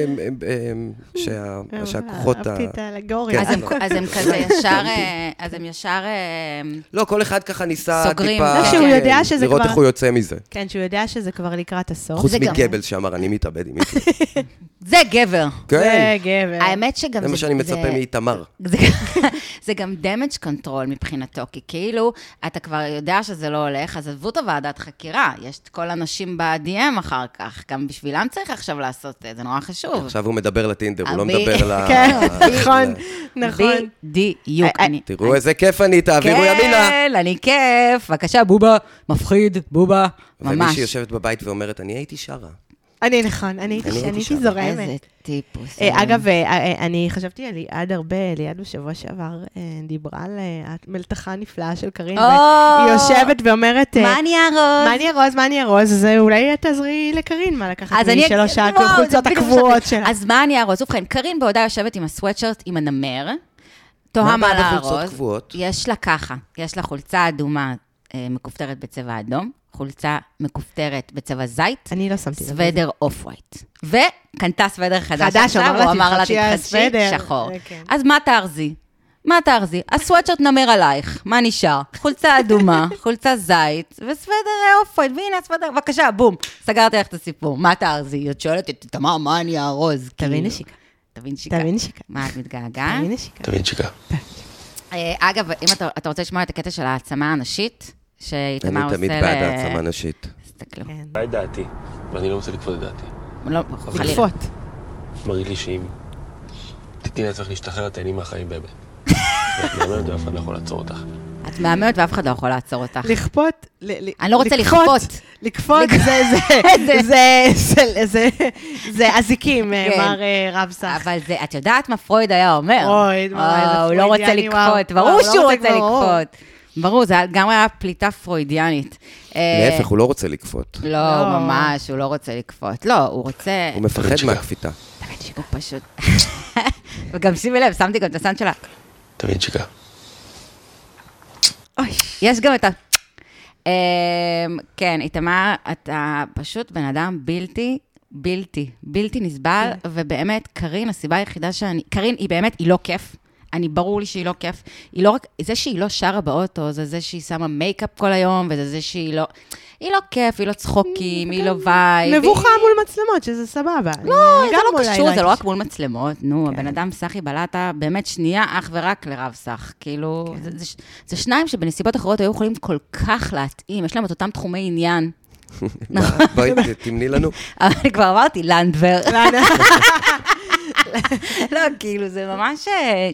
C: שהכוחות...
B: אהבתי את האלגוריה.
A: אז הם כזה ישר... אז הם ישר...
C: לא, כל אחד ככה ניסה טיפה... לראות איך הוא יוצא מזה.
B: כן, שהוא יודע שזה כבר לקראת הסוף.
C: חוץ מגבל שאמר, אני מתאבד עם היטלר.
A: זה גבר.
B: זה גבר.
A: האמת שגם...
C: זה מה שאני מצפה מאיתמר.
A: זה גם damage control מבחינתו, כי כאילו, אתה כבר יודע שזה לא הולך, אז עזבו את הוועדת חקירה, יש את כל אנשים ב-די אם אחר כך, גם בשבילם צריך עכשיו לעשות, זה נורא חשוב.
C: עכשיו הוא מדבר לטינדר, הוא לא מדבר ל...
B: כן, נכון, נכון.
A: בדיוק.
C: תראו איזה כיף אני, תעבירו ימינה.
A: כן, אני כיף, בבקשה, בובה, מפחיד, בובה, ממש.
C: ומי שיושבת בבית ואומרת, אני הייתי שרה.
B: אני נכון, אני הייתי זורמת.
A: איזה טיפוס.
B: אגב, אני חשבתי על ליעד הרבה, ליעד בשבוע שעבר דיברה על המלתחה הנפלאה של קרין, והיא יושבת ואומרת,
A: מה אני ארוז?
B: מה אני ארוז, מה אני ארוז, אז אולי תעזרי לקרין, מה לקחת משלוש שעה חולצות הקבועות שלה.
A: אז מה אני ארוז? ובכן, קרין בעודה יושבת עם הסוואטשרט, עם הנמר, תוהה מה לארוז. יש לה ככה, יש לה חולצה אדומה מכופתרת בצבע אדום, חולצה מכופתרת בצבע זית,
B: אני לא שמתי
A: סוודר אוף ווייט. וקנתה סוודר חדש עכשיו, הוא אמר לה תתחדשי שחור. אז מה תארזי? מה תארזי? הסוואטשרט נמר עלייך, מה נשאר? חולצה אדומה, חולצה זית, וסוודר אוף ווייט, והנה הסוודר, בבקשה, בום, סגרתי לך את הסיפור. מה תארזי? את שואלת את תמר, מה אני ארוז?
B: תבין נשיקה.
A: תבין שיקה.
B: תבין שיקה.
A: מה את מתגעגעת?
B: תבין נשיקה.
D: תבין שיקה.
A: אגב, אם אתה רוצה לשמוע את הקטע של העצמה הנשית,
C: אני תמיד בעד העצמה נשית.
A: תסתכלו.
D: בעד דעתי, ואני לא רוצה לקפות את דעתי.
A: לא, חלילה.
B: לקפות.
D: מרגיש לי שאם תתני לעצמך להשתחרר, תהני מהחיים באמת. ואת מאמנת ואף אחד לא יכול לעצור אותך.
A: את מאמנת ואף אחד לא יכול לעצור אותך.
B: לכפות.
A: אני לא רוצה לכפות.
B: לכפות זה אזיקים, מר רב סך.
A: אבל את יודעת מה פרויד היה אומר?
B: פרויד,
A: הוא לא רוצה לכפות. ברור שהוא רוצה לכפות. ברור, זה גם היה פליטה פרוידיאנית.
C: להפך, הוא לא רוצה לקפות.
A: לא, ממש, הוא לא רוצה לקפות. לא, הוא רוצה...
C: הוא מפחד מהקפיתה.
A: תבין שיקה פשוט. וגם שימי לב, שמתי גם את הסנט שלה.
D: תבין שיקה.
A: יש גם את ה... כן, איתמר, אתה פשוט בן אדם בלתי, בלתי, בלתי נסבל, ובאמת, קרין, הסיבה היחידה שאני... קרין, היא באמת, היא לא כיף. אני ברור לי שהיא לא כיף. היא לא רק, זה שהיא לא שרה באוטו, זה זה שהיא שמה מייקאפ כל היום, וזה זה שהיא לא, היא לא כיף, היא לא צחוקים, היא לא וייב.
B: מבוכה מול מצלמות, שזה סבבה.
A: לא, זה לא קשור, זה לא רק מול מצלמות. נו, הבן אדם סחי בלטה, באמת שנייה אך ורק לרב סח. כאילו, זה שניים שבנסיבות אחרות היו יכולים כל כך להתאים, יש להם את אותם תחומי עניין.
C: בואי, תמני לנו.
A: אבל אני כבר אמרתי, לנדבר. לא, כאילו, זה ממש...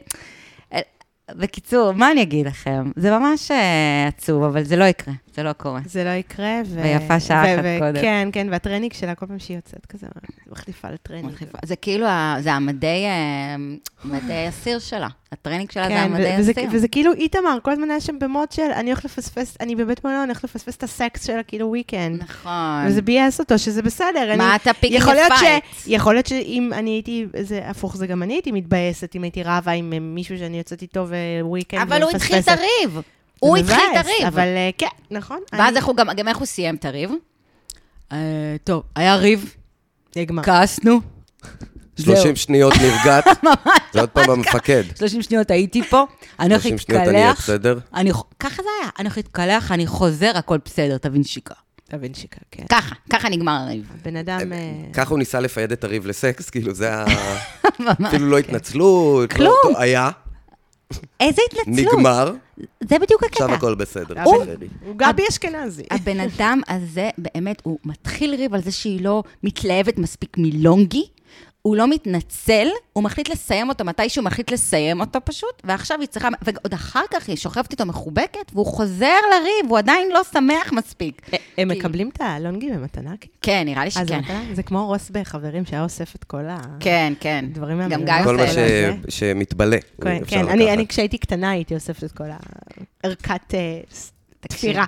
A: בקיצור, מה אני אגיד לכם? זה ממש עצוב, אבל זה לא יקרה, זה לא קורה.
B: זה לא יקרה, ו...
A: ויפה שעה אחת קודם.
B: כן, כן, והטרנינג שלה, כל פעם שהיא יוצאת כזה, מחליפה לטרנינג.
A: זה כאילו, זה המדי הסיר שלה. הטרנינג שלה זה המדי הסיר.
B: וזה כאילו איתמר, כל הזמן היה שם במוד של, אני הולך לפספס, אני בבית מלון, אני הולך לפספס את הסקס שלה, כאילו וויקנד.
A: נכון.
B: וזה בייס אותו, שזה בסדר.
A: מה אתה פיקינג פייט?
B: יכול להיות שאם אני הייתי, זה הפוך, זה גם אני הייתי מתבייסת, אם הייתי רבה עם מישהו שאני יוצאת איתו וויקנד.
A: אבל הוא התחיל את הריב. הוא התחיל את הריב.
B: אבל כן, נכון.
A: ואז גם איך הוא סיים את הריב? טוב, היה ריב.
B: נגמר.
A: כעסנו.
C: שלושים שניות נרגעת, זה עוד פעם המפקד.
A: שלושים שניות הייתי פה, אני הולך להתקלח. שלושים שניות אני אהיה בסדר. ככה זה היה, אני הולך להתקלח, אני חוזר, הכל בסדר, תבין שיקה.
B: תבין שיקה, כן.
A: ככה, ככה נגמר הריב.
B: בן אדם...
C: ככה הוא ניסה לפייד את הריב לסקס, כאילו זה היה... אפילו לא התנצלות.
A: כלום.
C: היה.
A: איזה התנצלות?
C: נגמר.
A: זה בדיוק הקטע.
C: עכשיו הכל בסדר.
B: הוא גבי אשכנזי.
A: הבן אדם הזה, באמת, הוא מתחיל ריב על זה שהיא לא מתלהבת מספיק מלונגי, הוא לא מתנצל, הוא מחליט לסיים אותו, מתי שהוא מחליט לסיים אותו פשוט, ועכשיו היא צריכה, ועוד אחר כך היא שוכבת איתו מחובקת, והוא חוזר לריב, הוא עדיין לא שמח מספיק.
B: הם מקבלים את הלונגי במתנה?
A: כן, נראה לי שכן.
B: זה כמו רוס בחברים שהיה אוסף את כל הדברים.
A: כן, כן.
B: גם
A: גיא
C: כל מה שמתבלה.
B: כן, אני כשהייתי קטנה הייתי אוספת את כל הערכת... תפירה.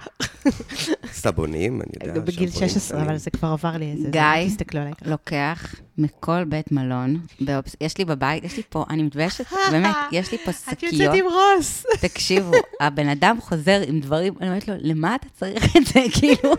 C: סבונים, אני יודע.
B: בגיל שש עשרה, אבל זה כבר עבר לי איזה...
A: גיא לוקח מכל בית מלון, יש לי בבית, יש לי פה, אני מתביישת, באמת, יש לי פה שקיות.
B: את יוצאת עם רוס.
A: תקשיבו, הבן אדם חוזר עם דברים, אני אומרת לו, למה אתה צריך את זה? כאילו,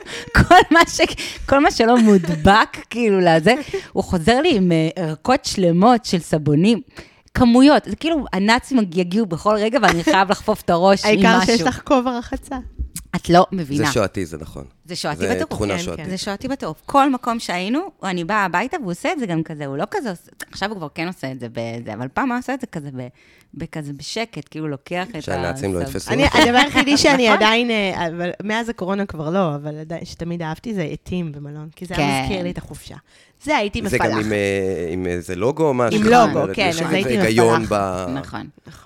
A: כל מה שלא מודבק, כאילו, לזה, הוא חוזר לי עם ערכות שלמות של סבונים. כמויות, זה כאילו, הנאצים יגיעו בכל רגע, ואני חייב לחפוף את הראש עם משהו.
B: העיקר שיש לך כובע רחצה.
A: את לא מבינה.
C: זה שואתי, זה נכון.
A: זה שואתי בטוב.
C: זה תכונה שואתי.
A: זה שואתי בטוב. כל מקום שהיינו, אני באה הביתה והוא עושה את זה גם כזה, הוא לא כזה, עכשיו הוא כבר כן עושה את זה בזה, אבל פעם הוא עושה את זה כזה בכזה בשקט, כאילו לוקח את ה...
C: שהנאצים לא יתפסו.
B: הדבר היחידי שאני עדיין, מאז הקורונה כבר לא, אבל שתמיד אהבתי זה עתים במלון, כי זה היה מזכיר לי את החופשה. זה הייתי מפלח.
C: זה גם עם איזה לוגו או משהו.
B: עם לוגו, כן, אז הייתי מפלח.
A: נכון.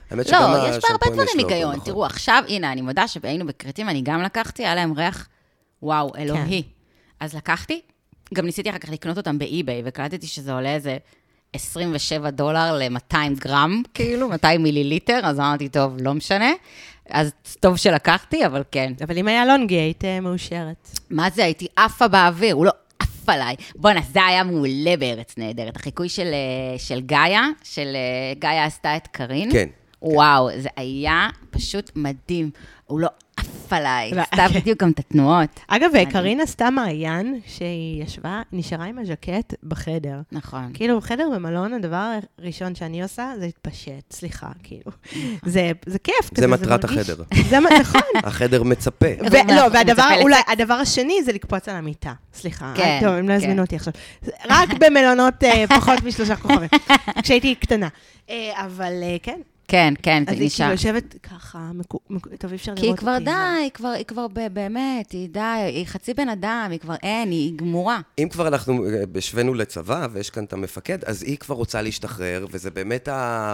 A: לא, יש בה הרבה דברים היגיון. תראו, עכשיו, הנה, אני מודה שהיינו בקריטים, אני גם לקחתי, היה להם ריח, וואו, אלוהי. אז לקחתי, גם ניסיתי אחר כך לקנות אותם באי-ביי, וקלטתי שזה עולה איזה עשרים ושבעה דולר ל-מאתיים גרם, כאילו, מאתיים מיליליטר, אז אמרתי, טוב, לא משנה. אז טוב שלקחתי, אבל כן.
B: אבל אם היה לונגי, היית מאושרת.
A: מה זה? הייתי עפה באוויר, הוא לא... עף עליי. בוא'נה, זה היה מעולה בארץ נהדרת. החיקוי של, של גאיה, של גאיה עשתה את קרין.
C: כן.
A: וואו, זה היה פשוט מדהים. הוא לא עף עליי. עשתה בדיוק גם את התנועות.
B: אגב, קרין עשתה מעיין, שהיא ישבה, נשארה עם הז'קט בחדר.
A: נכון.
B: כאילו, בחדר במלון, הדבר הראשון שאני עושה, זה להתפשט, סליחה, כאילו. זה כיף.
C: זה מטרת החדר.
B: זה נכון.
C: החדר מצפה.
B: לא, והדבר, אולי, הדבר השני זה לקפוץ על המיטה. סליחה.
A: כן.
B: טוב, הם לא הזמינו אותי עכשיו. רק במלונות פחות משלושה כוכבים. כשהייתי קטנה. אבל כן.
A: כן, כן,
B: אז היא כאילו יושבת ככה, טוב, אי אפשר לראות אותי.
A: כי היא כבר די, היא כבר באמת, היא די, היא חצי בן אדם, היא כבר אין, היא גמורה.
C: אם כבר אנחנו השווינו לצבא, ויש כאן את המפקד, אז היא כבר רוצה להשתחרר, וזה באמת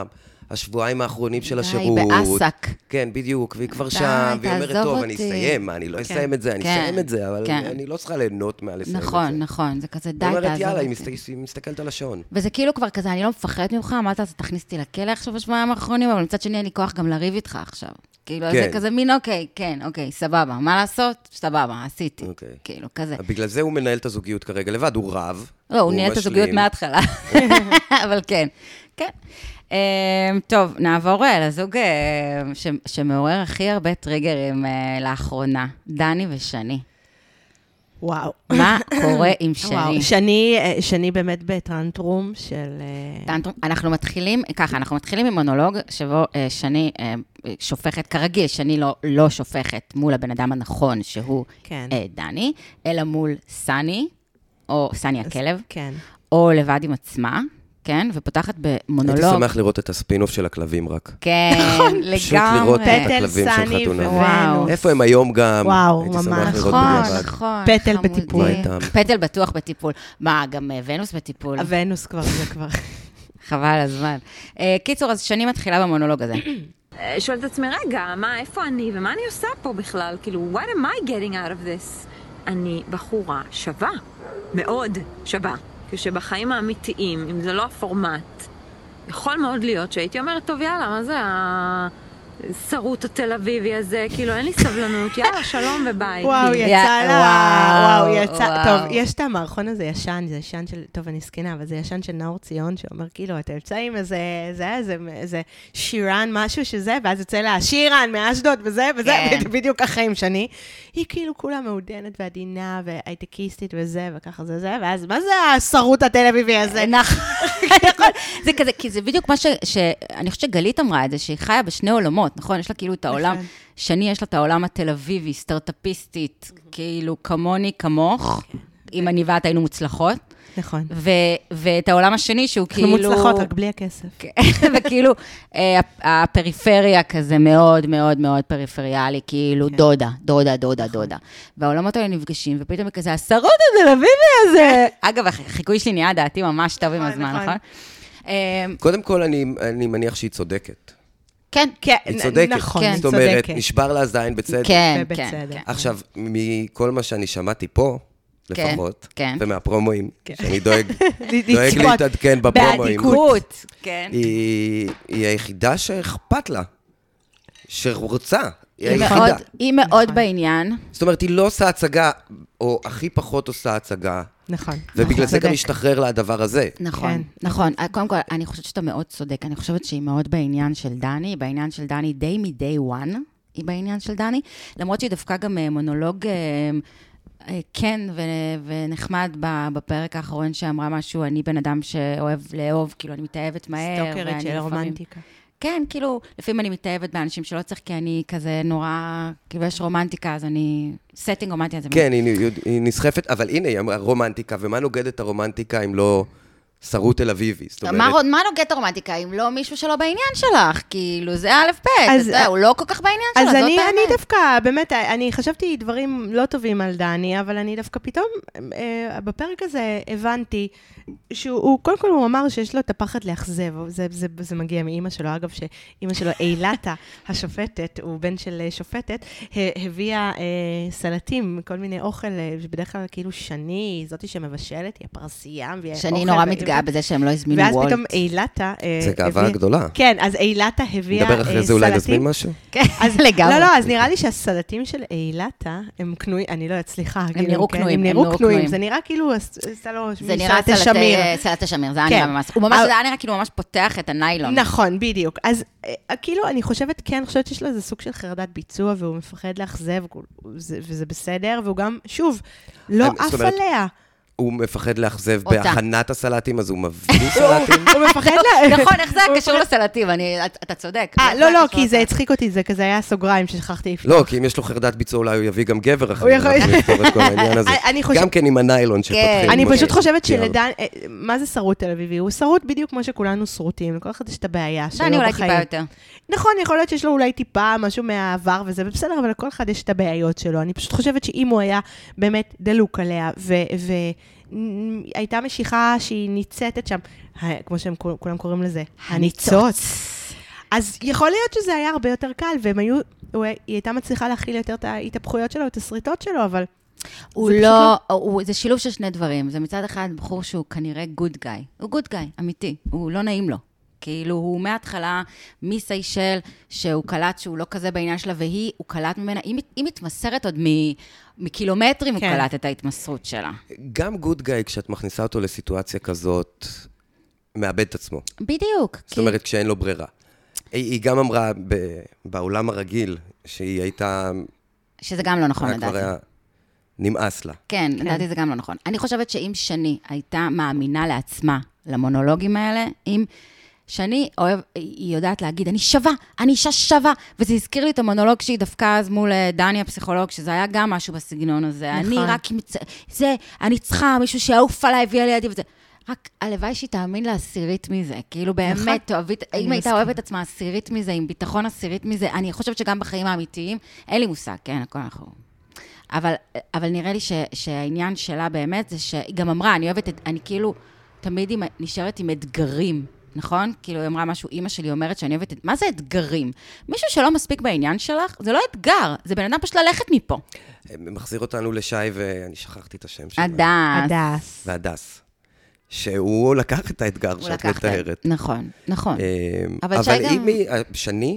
C: השבועיים האחרונים של השירות.
A: די, באסק.
C: כן, בדיוק, והיא כבר שם, והיא אומרת, טוב, אני אסיים, אני לא אסיים את זה, אני אסיים את זה, אבל אני לא צריכה ליהנות מה לסיים את זה.
A: נכון, נכון, זה כזה די, תעזוב
C: אותי. היא אומרת, יאללה, היא מסתכלת על השעון.
A: וזה כאילו כבר כזה, אני לא מפחדת ממך, אמרת, אז תכניס אותי לכלא עכשיו בשבועיים האחרונים, אבל מצד שני, אני כוח גם לריב איתך עכשיו. כאילו, זה כזה מין, אוקיי, כן, אוקיי, סבבה, מה לעשות? סבבה, עשיתי. כאילו, כזה.
C: בגלל זה הוא מנהל את הזוגיות כרגע לבד, הוא רב.
A: לא, הוא ניהל את הזוגיות מההתחלה. אבל כן, כן. טוב, נעבור לזוג שמעורר הכי הרבה טריגרים לאחרונה, דני ושני.
B: וואו.
A: מה קורה עם שני?
B: שני, שני באמת בטרנטרום של...
A: טרנטרום, אנחנו מתחילים, ככה, אנחנו מתחילים עם מונולוג שבו שני שופכת, כרגיל, שני לא, לא שופכת מול הבן אדם הנכון, שהוא כן. דני, אלא מול סני, או סני הכלב,
B: כן.
A: או לבד עם עצמה. כן, ופותחת במונולוג.
C: הייתי שמח לראות את הספינוף של הכלבים רק.
A: כן, לגמרי.
C: פשוט לראות את הכלבים של חתונה. איפה הם היום גם?
B: וואו, ממש.
A: נכון, נכון.
B: פטל בטיפול.
A: פטל בטוח בטיפול. מה, גם ונוס בטיפול?
B: הוונוס כבר, זה כבר.
A: חבל הזמן. קיצור, אז שני מתחילה במונולוג הזה.
E: שואלת עצמי, רגע, מה, איפה אני ומה אני עושה פה בכלל? כאילו, what am I getting out of this? אני בחורה שווה, מאוד שווה. כשבחיים האמיתיים, אם זה לא הפורמט, יכול מאוד להיות שהייתי אומרת, טוב, יאללה, מה זה השרוט התל אביבי הזה, כאילו אין לי סבלנות, יאללה, שלום וביי.
B: וואו, יצא לה, וואו, יצא, טוב, יש את המערכון הזה ישן, זה ישן של, טוב, אני סכינה, אבל זה ישן של נאור ציון, שאומר, כאילו, אתה יוצא עם איזה, זה, זה, זה שירן, משהו שזה, ואז יוצא לה, שירן, מאשדוד, וזה, וזה, בדיוק החיים שני. היא כאילו כולה מעודנת ועדינה, והייטקיסטית וזה, וככה זה זה, ואז מה זה השרוט התל אביבי הזה?
A: זה כזה, כי זה בדיוק מה שאני חושבת שגלית אמרה את זה, שהיא חיה בשני עולמות, נכון? יש לה כאילו את העולם, שני יש לה את העולם התל אביבי, סטארט-אפיסטית, כאילו כמוני, כמוך, אם אני ואת היינו מוצלחות.
B: נכון.
A: ואת העולם השני שהוא כאילו...
B: אנחנו מוצלחות, רק בלי הכסף.
A: וכאילו, הפריפריה כזה מאוד מאוד מאוד פריפריאלי, כאילו דודה, דודה, דודה, דודה. והעולמות האלה נפגשים, ופתאום כזה, השרות התל אביבי הזה. אגב, החיקוי שלי נהיה דעתי ממש טוב עם הזמן, נכון?
C: קודם כל, אני מניח שהיא צודקת.
A: כן,
B: כן,
C: היא צודקת.
B: נכון,
C: זאת אומרת, נשבר לה הזין בצדק.
A: כן, כן.
C: עכשיו, מכל מה שאני שמעתי פה, לפחות, ומהפרומואים, שאני דואג להתעדכן בפרומואים.
A: בעדיקות, כן.
C: היא היחידה שאכפת לה, שרוצה. היא היחידה.
A: היא מאוד בעניין.
C: זאת אומרת, היא לא עושה הצגה, או הכי פחות עושה הצגה.
B: נכון.
C: ובגלל זה גם משתחרר לה הדבר הזה.
A: נכון, נכון. קודם כל, אני חושבת שאתה מאוד צודק. אני חושבת שהיא מאוד בעניין של דני, בעניין של דני די מ-day one, היא בעניין של דני, למרות שהיא דווקא גם מונולוג כן ונחמד בפרק האחרון שאמרה משהו, אני בן אדם שאוהב לאהוב, כאילו אני מתאהבת מהר.
B: סטוקרית של רומנטיקה.
A: כן, כאילו, לפעמים אני מתאהבת באנשים שלא צריך, כי אני כזה נורא, כאילו יש רומנטיקה, אז אני, סטינג רומנטי הזה.
C: כן, היא נסחפת, אבל הנה, היא אמרה רומנטיקה, ומה נוגד את הרומנטיקה אם לא שרות תל אביבי?
A: מה נוגד את הרומנטיקה אם לא מישהו שלא בעניין שלך? כאילו, זה א' ב', הוא לא כל כך בעניין שלך, זאת
B: האמת. אז אני דווקא, באמת, אני חשבתי דברים לא טובים על דני, אבל אני דווקא פתאום, בפרק הזה הבנתי, שהוא, קודם כל הוא אמר שיש לו את הפחד לאכזב, זה, זה, זה מגיע מאמא שלו, אגב שאמא שלו, אילתה, השופטת, הוא בן של שופטת, הביאה אה, סלטים, כל מיני אוכל, שבדרך כלל כאילו שני, זאתי שמבשלת, היא הפרסייה,
A: שני נורא מתגאה בזה שהם לא הזמינו וולט.
B: ואז פתאום אילתה...
C: זה גאווה גדולה.
B: כן, אז אילתה הביאה סלטים.
C: נדבר אחרי זה אולי נזמין משהו?
A: כן, לגמרי.
B: לא, לא, אז נראה לי שהסלטים של אילתה, הם קנויים, אני לא אצליחה.
A: הם נראו קנויים.
B: הם נראו קנויים. זה נראה כאילו,
A: זה נראה סלט השמיר, זה היה נראה ממש, הוא ממש, זה היה נראה כאילו ממש פותח את הניילון.
B: נכון, בדיוק. אז כאילו, אני חושבת, כן, חושבת שיש לו איזה סוג של חרדת ביצוע, והוא מפחד לאכזב, וזה בסדר, והוא גם, שוב, לא אף עליה.
C: הוא מפחד לאכזב בהכנת הסלטים, אז הוא מביא סלטים?
B: הוא מפחד לה...
A: נכון, איך זה קשור לסלטים? אתה צודק.
B: לא, לא, כי זה הצחיק אותי, זה כזה היה סוגריים ששכחתי לפתוח.
C: לא, כי אם יש לו חרדת ביצוע, אולי הוא יביא גם גבר אחר. גם כן עם הניילון שפותחים.
B: אני פשוט חושבת שלדן... מה זה שרוט תל אביבי? הוא שרוט בדיוק כמו שכולנו שרוטים. לכל אחד יש את הבעיה שלו
A: בחיים. דני אולי טיפה יותר.
B: נכון, יכול להיות שיש לו אולי טיפה משהו מהעבר וזה בסדר, אבל לכל אחד יש את הבעיות שלו. אני פשוט חושבת שאם הוא היה באמת דלוק עליה והייתה משיכה שהיא ניצתת שם, כמו שהם כולם קוראים לזה, הניצוץ. אז יכול להיות שזה היה הרבה יותר קל, והם היו, היא הייתה מצליחה להכיל יותר את ההתהפכויות שלו, את הסריטות שלו, אבל...
A: הוא לא, זה שילוב של שני דברים. זה מצד אחד בחור שהוא כנראה גוד גאי. הוא גוד גאי, אמיתי. הוא לא נעים לו. כאילו, הוא מההתחלה מסיישל, שהוא קלט שהוא לא כזה בעניין שלה, והיא, הוא קלט ממנה, היא מתמסרת עוד מקילומטרים, הוא קלט את ההתמסרות שלה.
C: גם גוד גאי, כשאת מכניסה אותו לסיטואציה כזאת, מאבד את עצמו.
A: בדיוק.
C: זאת אומרת, כשאין לו ברירה. היא גם אמרה בעולם הרגיל, שהיא הייתה...
A: שזה גם לא נכון, לדעתי.
C: נמאס לה.
A: כן, לדעתי זה גם לא נכון. אני חושבת שאם שני הייתה מאמינה לעצמה למונולוגים האלה, אם שני אוהב, היא יודעת להגיד, אני שווה, אני אישה שווה, וזה הזכיר לי את המונולוג שהיא דווקא אז מול דני הפסיכולוג, שזה היה גם משהו בסגנון הזה. אני רק, זה, אני צריכה מישהו שיעוף עליי, הביא לידי וזה. רק הלוואי שהיא תאמין לעשירית מזה, כאילו באמת, אם הייתה אוהבת עצמה עשירית מזה, עם ביטחון עשירית מזה, אני חושבת שגם בחיים האמיתיים, אין לי מושג, כן, הכל אנחנו... אבל, אבל נראה לי ש, שהעניין שלה באמת זה שהיא גם אמרה, אני אוהבת, אני כאילו תמיד נשארת עם אתגרים, נכון? כאילו היא אמרה משהו, אמא שלי אומרת שאני אוהבת, מה זה אתגרים? מישהו שלא מספיק בעניין שלך, זה לא אתגר, זה בן אדם פשוט ללכת מפה.
C: מחזיר אותנו לשי ואני שכחתי את השם
A: שלו. הדס.
B: הדס.
C: והדס. שהוא לקח את האתגר שאת מתארת.
A: נכון, נכון.
C: אבל אם היא, שני,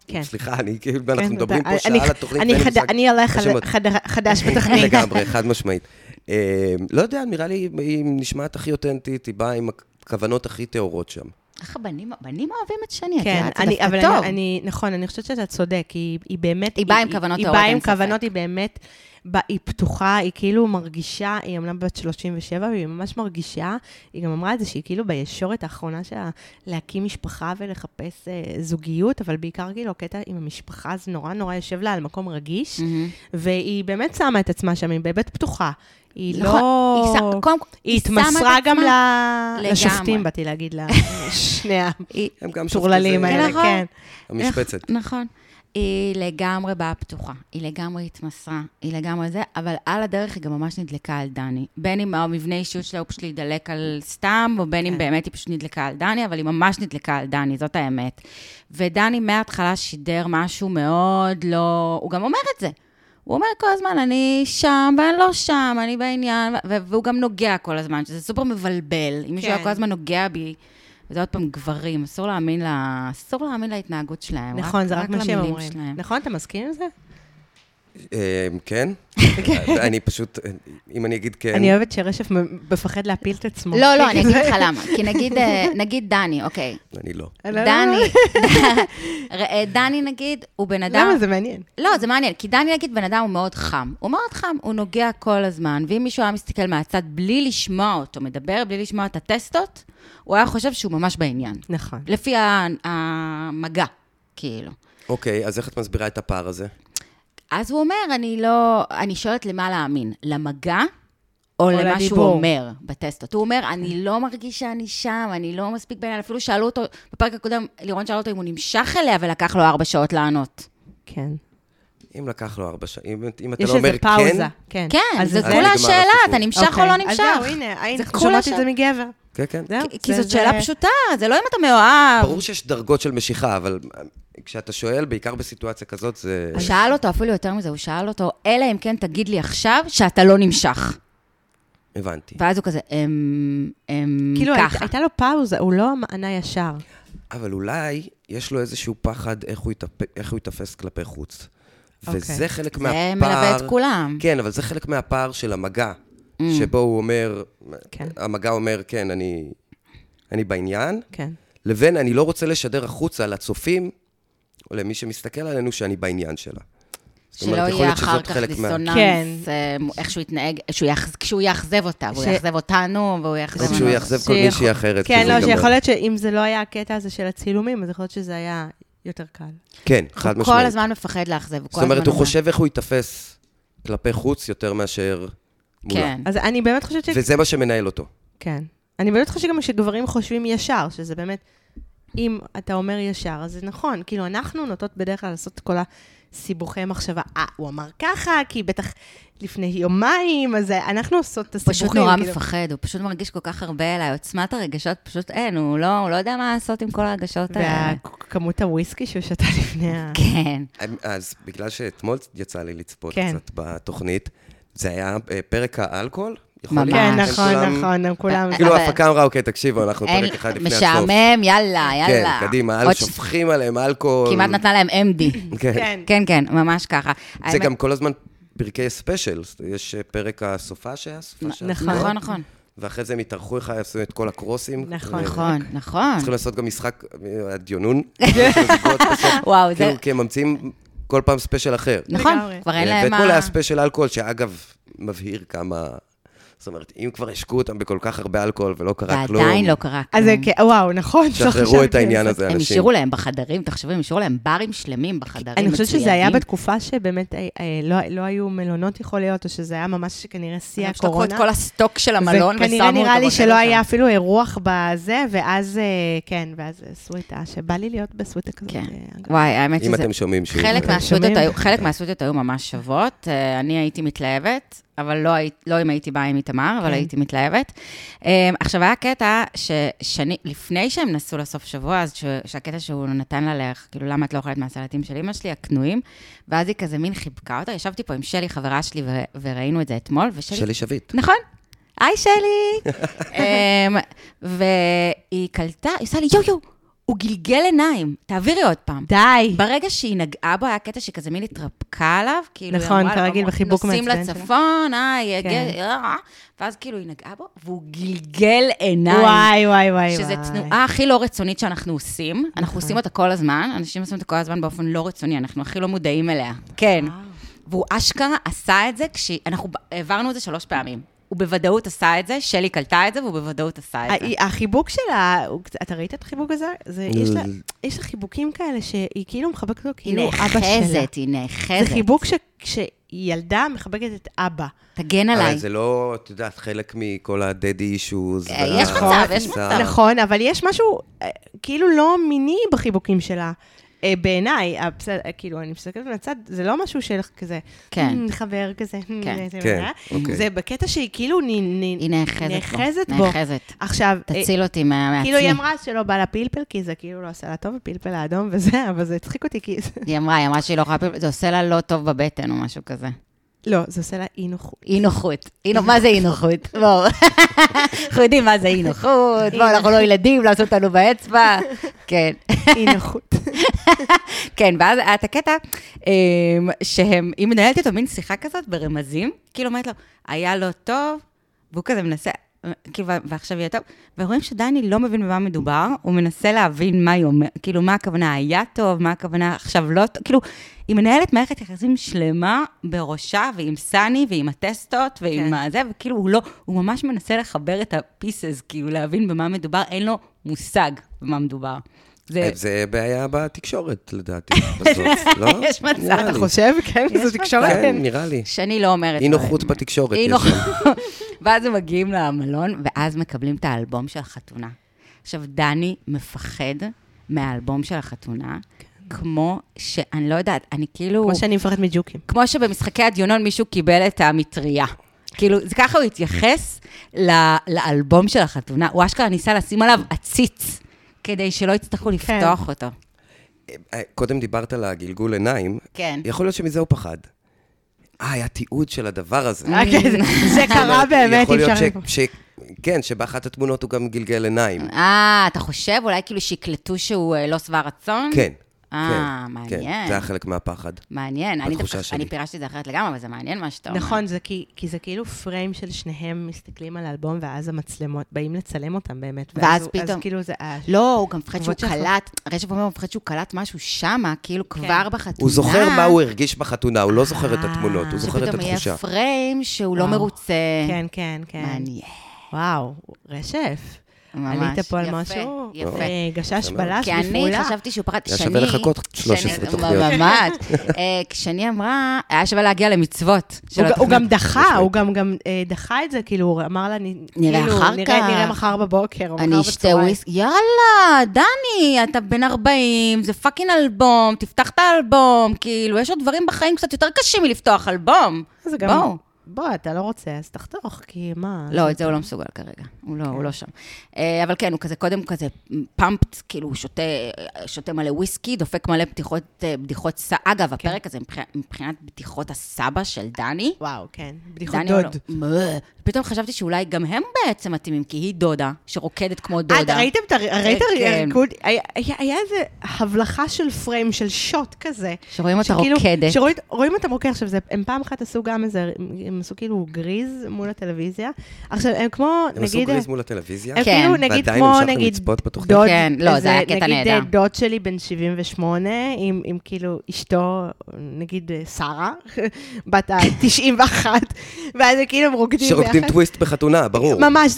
C: סליחה, אנחנו מדברים פה שעה על התוכנית.
B: אני הולך חדש בתוכנית.
C: לגמרי, חד משמעית. לא יודע, נראה לי, היא נשמעת הכי אותנטית, היא באה עם הכוונות הכי טהורות שם.
A: איך הבנים אוהבים את שני,
B: כן, אבל אני, נכון, אני חושבת שאתה צודק, היא באמת...
A: היא באה עם כוונות טהורות,
B: היא באה עם כוונות, היא באמת... היא פתוחה, היא כאילו מרגישה, היא אמנם בת שלושים ושבע, והיא ממש מרגישה, היא גם אמרה את זה שהיא כאילו בישורת האחרונה שלה להקים משפחה ולחפש אה, זוגיות, אבל בעיקר כאילו הקטע עם המשפחה זה נורא נורא יושב לה על מקום רגיש, mm-hmm. והיא באמת שמה את עצמה שם, היא באמת פתוחה. היא נכון, לא... היא, ש... קום... היא התמסרה גם ל... לשופטים, באתי להגיד לה, שני השורללים האלה,
A: נכון.
B: כן.
C: המשפצת.
A: נכון. היא לגמרי באה פתוחה, היא לגמרי התמסרה, היא לגמרי זה, אבל על הדרך היא גם ממש נדלקה על דני. בין אם המבנה אישיות שלה הוא פשוט להידלק על סתם, או בין אם באמת היא פשוט נדלקה על דני, אבל היא ממש נדלקה על דני, זאת האמת. ודני מההתחלה שידר משהו מאוד לא... הוא גם אומר את זה. הוא אומר כל הזמן, אני שם, ואני לא שם, אני בעניין, והוא גם נוגע כל הזמן, שזה סופר מבלבל. אם מישהו היה כל הזמן נוגע בי, וזה עוד פעם גברים, אסור להאמין לה, אסור להאמין להתנהגות שלהם.
B: נכון, זה רק מה שהם אומרים. נכון, אתה מסכים עם זה?
C: כן. אני פשוט, אם אני אגיד כן...
B: אני אוהבת שרשף מפחד להפיל את עצמו.
A: לא, לא, אני אגיד לך למה. כי נגיד דני, אוקיי.
C: אני לא.
A: דני, דני נגיד, הוא בן אדם...
B: למה? זה מעניין.
A: לא, זה מעניין, כי דני נגיד בן אדם הוא מאוד חם. הוא מאוד חם, הוא נוגע כל הזמן, ואם מישהו היה מסתכל מהצד בלי לשמוע אותו, מדבר בלי לשמוע את הטסטות, הוא היה חושב שהוא ממש בעניין.
B: נכון.
A: לפי המגע, כאילו.
C: אוקיי, אז איך את מסבירה את הפער הזה?
A: אז הוא אומר, אני לא, אני שואלת למה להאמין, למגע או למה שהוא אומר בטסטות. הוא אומר, אני לא מרגיש שאני שם, אני לא מספיק בעניין, אפילו שאלו אותו, בפרק הקודם, לירון שאלו אותו אם הוא נמשך אליה, ולקח לו ארבע שעות לענות.
B: כן.
C: אם לקח לו ארבע שעות, אם אתה לא אומר כן,
B: כן.
A: כן, זה כולה השאלה, אתה נמשך או לא נמשך.
B: אז זהו, הנה, שמעתי את זה מגבר.
C: כן, כן.
A: כי זאת שאלה פשוטה, זה לא אם אתה מאוהב.
C: ברור שיש דרגות של משיכה, אבל כשאתה שואל, בעיקר בסיטואציה כזאת, זה...
A: הוא שאל אותו, אפילו יותר מזה, הוא שאל אותו, אלא אם כן תגיד לי עכשיו שאתה לא נמשך.
C: הבנתי.
A: ואז הוא כזה, הם, הם
B: כאילו,
A: ככה.
B: כאילו, הייתה לו פאוזה, הוא לא ענה ישר.
C: אבל אולי יש לו איזשהו פחד איך הוא, יתפ... איך הוא יתפס כלפי חוץ. Okay. וזה חלק
A: זה
C: מהפער...
A: זה מלווה את כולם.
C: כן, אבל זה חלק מהפער של המגע, mm. שבו הוא אומר, כן. המגע אומר, כן, אני, אני בעניין,
B: כן.
C: לבין אני לא רוצה לשדר החוצה לצופים, או למי שמסתכל עלינו, שאני בעניין שלה.
A: שלא יהיה אחר כך דיסוננס,
B: כן.
A: איך שהוא יתנהג, כשהוא יאכזב אותה, והוא יאכזב אותנו, והוא יאכזב אותנו.
C: כשהוא יאכזב כל מישהי אחרת.
B: כן, לא, שיכול להיות שאם זה לא היה הקטע הזה של הצילומים, אז יכול להיות שזה היה יותר קל.
C: כן, חד משמעית.
A: הוא כל הזמן מפחד לאכזב.
C: זאת אומרת, הוא חושב איך הוא יתפס כלפי חוץ יותר מאשר מולה.
A: כן.
B: אז אני באמת חושבת ש...
C: וזה מה שמנהל אותו.
B: כן. אני באמת חושבת גם שגברים חושבים ישר, שזה באמת, אם אתה אומר ישר, אז זה נכון. כאילו, אנחנו נוטות בדרך כלל לעשות כל הסיבוכי מחשבה. אה, הוא אמר ככה, כי בטח לפני יומיים, אז אנחנו עושות את הסיבוכים.
A: הוא פשוט נורא מפחד, הוא פשוט מרגיש כל כך הרבה אליי, עוצמת הרגשות פשוט אין, הוא לא יודע מה לעשות עם כל הרגשות האלה.
B: וכמות הוויסקי שהוא שתה לפני ה...
A: כן.
C: אז בגלל שאתמול יצא לי לצפות קצת בתוכנית, זה היה פרק האלכוהול?
A: ממש.
B: כן, נכון, נכון, הם כולם...
C: כאילו ההפקה אמרה, אוקיי, תקשיבו, אנחנו פרק אחד לפני הסוף.
A: משעמם, יאללה, יאללה.
C: כן, קדימה, שופכים עליהם אלכוהול.
A: כמעט נתנה להם אם די.
B: כן.
A: כן, כן, ממש ככה.
C: זה גם כל הזמן פרקי ספיישל, יש פרק הסופה שהיה, סופה שהיה.
A: נכון, נכון.
C: ואחרי זה הם התארחו לך, עשו את כל הקרוסים.
A: נכון, נכון, נכון.
C: צריכים לעשות גם משחק, הדיונון.
A: וואו, זה...
C: כי הם ממציאים כל פעם ספיישל אחר.
A: נכון, כבר אין להם מה...
C: וכל היה ספיישל אלכוהול, שאגב, מבהיר כמה... זאת אומרת, אם כבר השקו אותם בכל כך הרבה אלכוהול ולא קרה כלום...
A: ועדיין לא קרה
B: כלום. אז וואו, נכון.
C: שחררו את העניין הזה, אנשים.
A: הם השאירו להם בחדרים, תחשבו, הם השאירו להם ברים שלמים בחדרים מצוינים.
B: אני חושבת שזה היה בתקופה שבאמת לא היו מלונות יכול להיות, או שזה היה ממש כנראה שיא הקורונה.
A: שתקו את כל הסטוק של המלון ושמו אותו.
B: וכנראה נראה לי שלא היה אפילו אירוח בזה, ואז, כן, ואז סוויטה, שבא לי להיות בסוויטה כזאת.
A: וואי, האמת שזה...
C: אם אתם שומעים שוב.
A: חלק מהסוויטות היו ממש שוות. אני הייתי מתלהבת. אבל לא, לא אם הייתי באה עם איתמר, אבל הייתי מתלהבת. עכשיו, היה קטע שלפני שהם נסעו לסוף שבוע, אז שהקטע שהוא נתן לה לך, כאילו, למה את לא אוכלת מהסלטים של אמא שלי, הקנויים, ואז היא כזה מין חיבקה אותה, ישבתי פה עם שלי, חברה שלי, וראינו את זה אתמול, ושלי...
C: שלי שביט.
A: נכון. היי, שלי. והיא קלטה, היא עושה לי, יו, יו, הוא גלגל עיניים, תעבירי עוד פעם.
B: די.
A: ברגע שהיא נגעה בו, היה קטע שכזה מין התרפקה עליו, כאילו
B: נכון, כרגיל בחיבוק
A: מעצבן. נוסעים לצפון, אה, ואז כאילו היא נגעה בו, והוא גלגל עיניים.
B: וואי, וואי, וואי.
A: שזה תנועה הכי לא רצונית שאנחנו עושים. אנחנו עושים אותה כל הזמן, אנשים עושים אותה כל הזמן באופן לא רצוני, אנחנו הכי לא מודעים אליה. כן. והוא אשכרה עשה את זה כשאנחנו העברנו את זה שלוש פעמים. הוא בוודאות עשה את זה, שלי קלטה את זה, והוא בוודאות עשה את זה.
B: החיבוק שלה, אתה ראית את החיבוק הזה? יש לה חיבוקים כאלה שהיא כאילו מחבקת אותו כאילו אבא שלה.
A: היא נאחזת, היא נאחזת.
B: זה חיבוק שילדה מחבקת את אבא.
A: תגן עליי.
C: אבל זה לא, את יודעת, חלק מכל הדדי אישוז.
A: יש מצב, יש מצב.
B: נכון, אבל יש משהו כאילו לא מיני בחיבוקים שלה. בעיניי, כאילו, אני מסתכלת מהצד, זה לא משהו של כזה, חבר כזה, זה בקטע שהיא כאילו
A: היא
B: נאחזת בו. עכשיו,
A: תציל אותי מעצמי.
B: כאילו היא אמרה שלא בא לה פלפל, כי זה כאילו לא עושה לה טוב, הפלפל האדום וזה, אבל זה הצחיק אותי כי...
A: היא אמרה, היא אמרה שהיא לא יכולה פלפל, זה עושה לה לא טוב בבטן או משהו כזה.
B: לא, זה עושה לה אי נוחות.
A: אי נוחות. מה זה אי נוחות? בואו. אנחנו יודעים מה זה אי נוחות. בואו, אנחנו לא ילדים, לעשות אותנו באצבע. כן.
B: אי נוחות.
A: כן, ואז היה את הקטע שהם, היא מנהלת איתו מין שיחה כזאת ברמזים, כאילו אומרת לו, היה לא טוב, והוא כזה מנסה, כאילו, ועכשיו יהיה טוב, ורואים שדני לא מבין במה מדובר, הוא מנסה להבין מה היא אומרת, כאילו, מה הכוונה היה טוב, מה הכוונה עכשיו לא טוב, כאילו, היא מנהלת מערכת יחסים שלמה בראשה, ועם סני, ועם הטסטות, ועם זה, וכאילו, הוא לא, הוא ממש מנסה לחבר את הפיסס, כאילו, להבין במה מדובר, אין לו מושג במה מדובר.
C: זה בעיה בתקשורת, לדעתי, בסוף, לא?
A: יש מצב.
B: אתה חושב? כן, זו תקשורת?
C: כן, נראה לי.
A: שאני לא אומרת.
C: אי נוחות בתקשורת.
A: אי נוחות. ואז הם מגיעים למלון, ואז מקבלים את האלבום של החתונה. עכשיו, דני מפחד מהאלבום של החתונה, כמו שאני לא יודעת, אני כאילו...
B: כמו שאני מפחד מג'וקים.
A: כמו שבמשחקי הדיונון מישהו קיבל את המטריה. כאילו, זה ככה הוא התייחס לאלבום של החתונה. הוא אשכרה ניסה לשים עליו עציץ. כדי שלא יצטרכו לפתוח אותו.
C: קודם דיברת על הגלגול עיניים.
A: כן.
C: יכול להיות שמזה הוא פחד. אה, היה תיעוד של הדבר הזה.
B: זה קרה באמת.
C: יכול להיות ש... כן, שבאחת התמונות הוא גם גלגל עיניים.
A: אה, אתה חושב? אולי כאילו שיקלטו שהוא לא שבע רצון?
C: כן.
A: אה, מעניין.
C: כן, זה היה חלק מהפחד.
A: מעניין. אני פירשתי את זה אחרת לגמרי, אבל זה מעניין מה שאתה אומר.
B: נכון, כי זה כאילו פריים של שניהם מסתכלים על האלבום, ואז המצלמות באים לצלם אותם באמת.
A: ואז פתאום...
B: אז כאילו זה...
A: לא, הוא גם מפחד שהוא קלט, רשב אומר, הוא מפחד שהוא קלט משהו שמה, כאילו כבר בחתונה.
C: הוא זוכר מה הוא הרגיש בחתונה, הוא לא זוכר את התמונות, הוא זוכר את התחושה.
A: שפתאום יהיה פריים שהוא לא מרוצה.
B: כן, כן, כן.
A: מעניין.
B: וואו, רשף. עלית פה על משהו?
A: יפה.
B: גשש בלש
A: כי אני חשבתי שהוא פחד,
C: היה שווה לחכות שלוש עשרה תוכניות.
A: ממש. כשאני אמרה, היה שווה להגיע למצוות.
B: הוא גם דחה, הוא גם דחה את זה, כאילו, הוא אמר לה,
A: נראה אחר כך.
B: נראה מחר בבוקר, או מחר
A: אני אשתה וויסקי, יאללה, דני, אתה בן ארבעים, זה פאקינג אלבום, תפתח את האלבום, כאילו, יש עוד דברים בחיים קצת יותר קשים מלפתוח אלבום. בואו.
B: בוא, אתה לא רוצה, אז תחתוך, כי מה...
A: לא, את זה הוא לא מסוגל כרגע, הוא לא, הוא לא שם. אבל כן, הוא כזה, קודם כזה פאמפט, כאילו הוא שותה, שותה מלא וויסקי, דופק מלא בדיחות, בדיחות, אגב, הפרק הזה מבחינת בדיחות הסבא של דני.
B: וואו, כן, בדיחות דוד.
A: פתאום חשבתי שאולי גם הם בעצם מתאימים, כי היא דודה, שרוקדת כמו דודה.
B: ראיתם את הריקוד? היה איזה הבלחה של פריים, של שוט כזה.
A: שרואים אותה רוקדת.
B: שרואים אותה רוקדת, עכשיו, הם פעם אחת עשו גם איזה, הם עשו כאילו גריז מול הטלוויזיה. עכשיו, הם כמו, נגיד...
C: הם עשו גריז מול הטלוויזיה?
B: הם כאילו, נגיד, כמו, נגיד,
A: דוד, כן, לא, זה היה קטע נהדר.
B: נגיד, דוד שלי בן שבעים ושמונה, עם כאילו אשתו, נגיד, שרה, בת ה-תשעים ואחת, ואז כאילו הם רוקדים
C: שרוקדים טוויסט בחתונה, ברור.
B: ממש,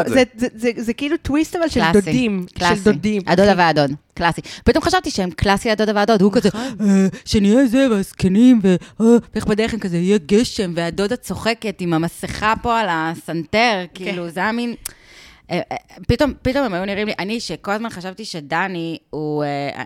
B: זה כאילו טוויסט אבל של דודים. של דודים.
A: הדודה והדוד, קלאסי. פתאום חשבתי שהם קלאסי הדודה והדוד, הוא כזה, שנהיה זה, והזקנים, ואיך בדרך הם כזה, יהיה גשם, והדודה צוחקת עם המסכה פה על הסנטר, כאילו, זה היה מין... פתאום הם היו נראים לי, אני שכל הזמן חשבתי שדני הוא...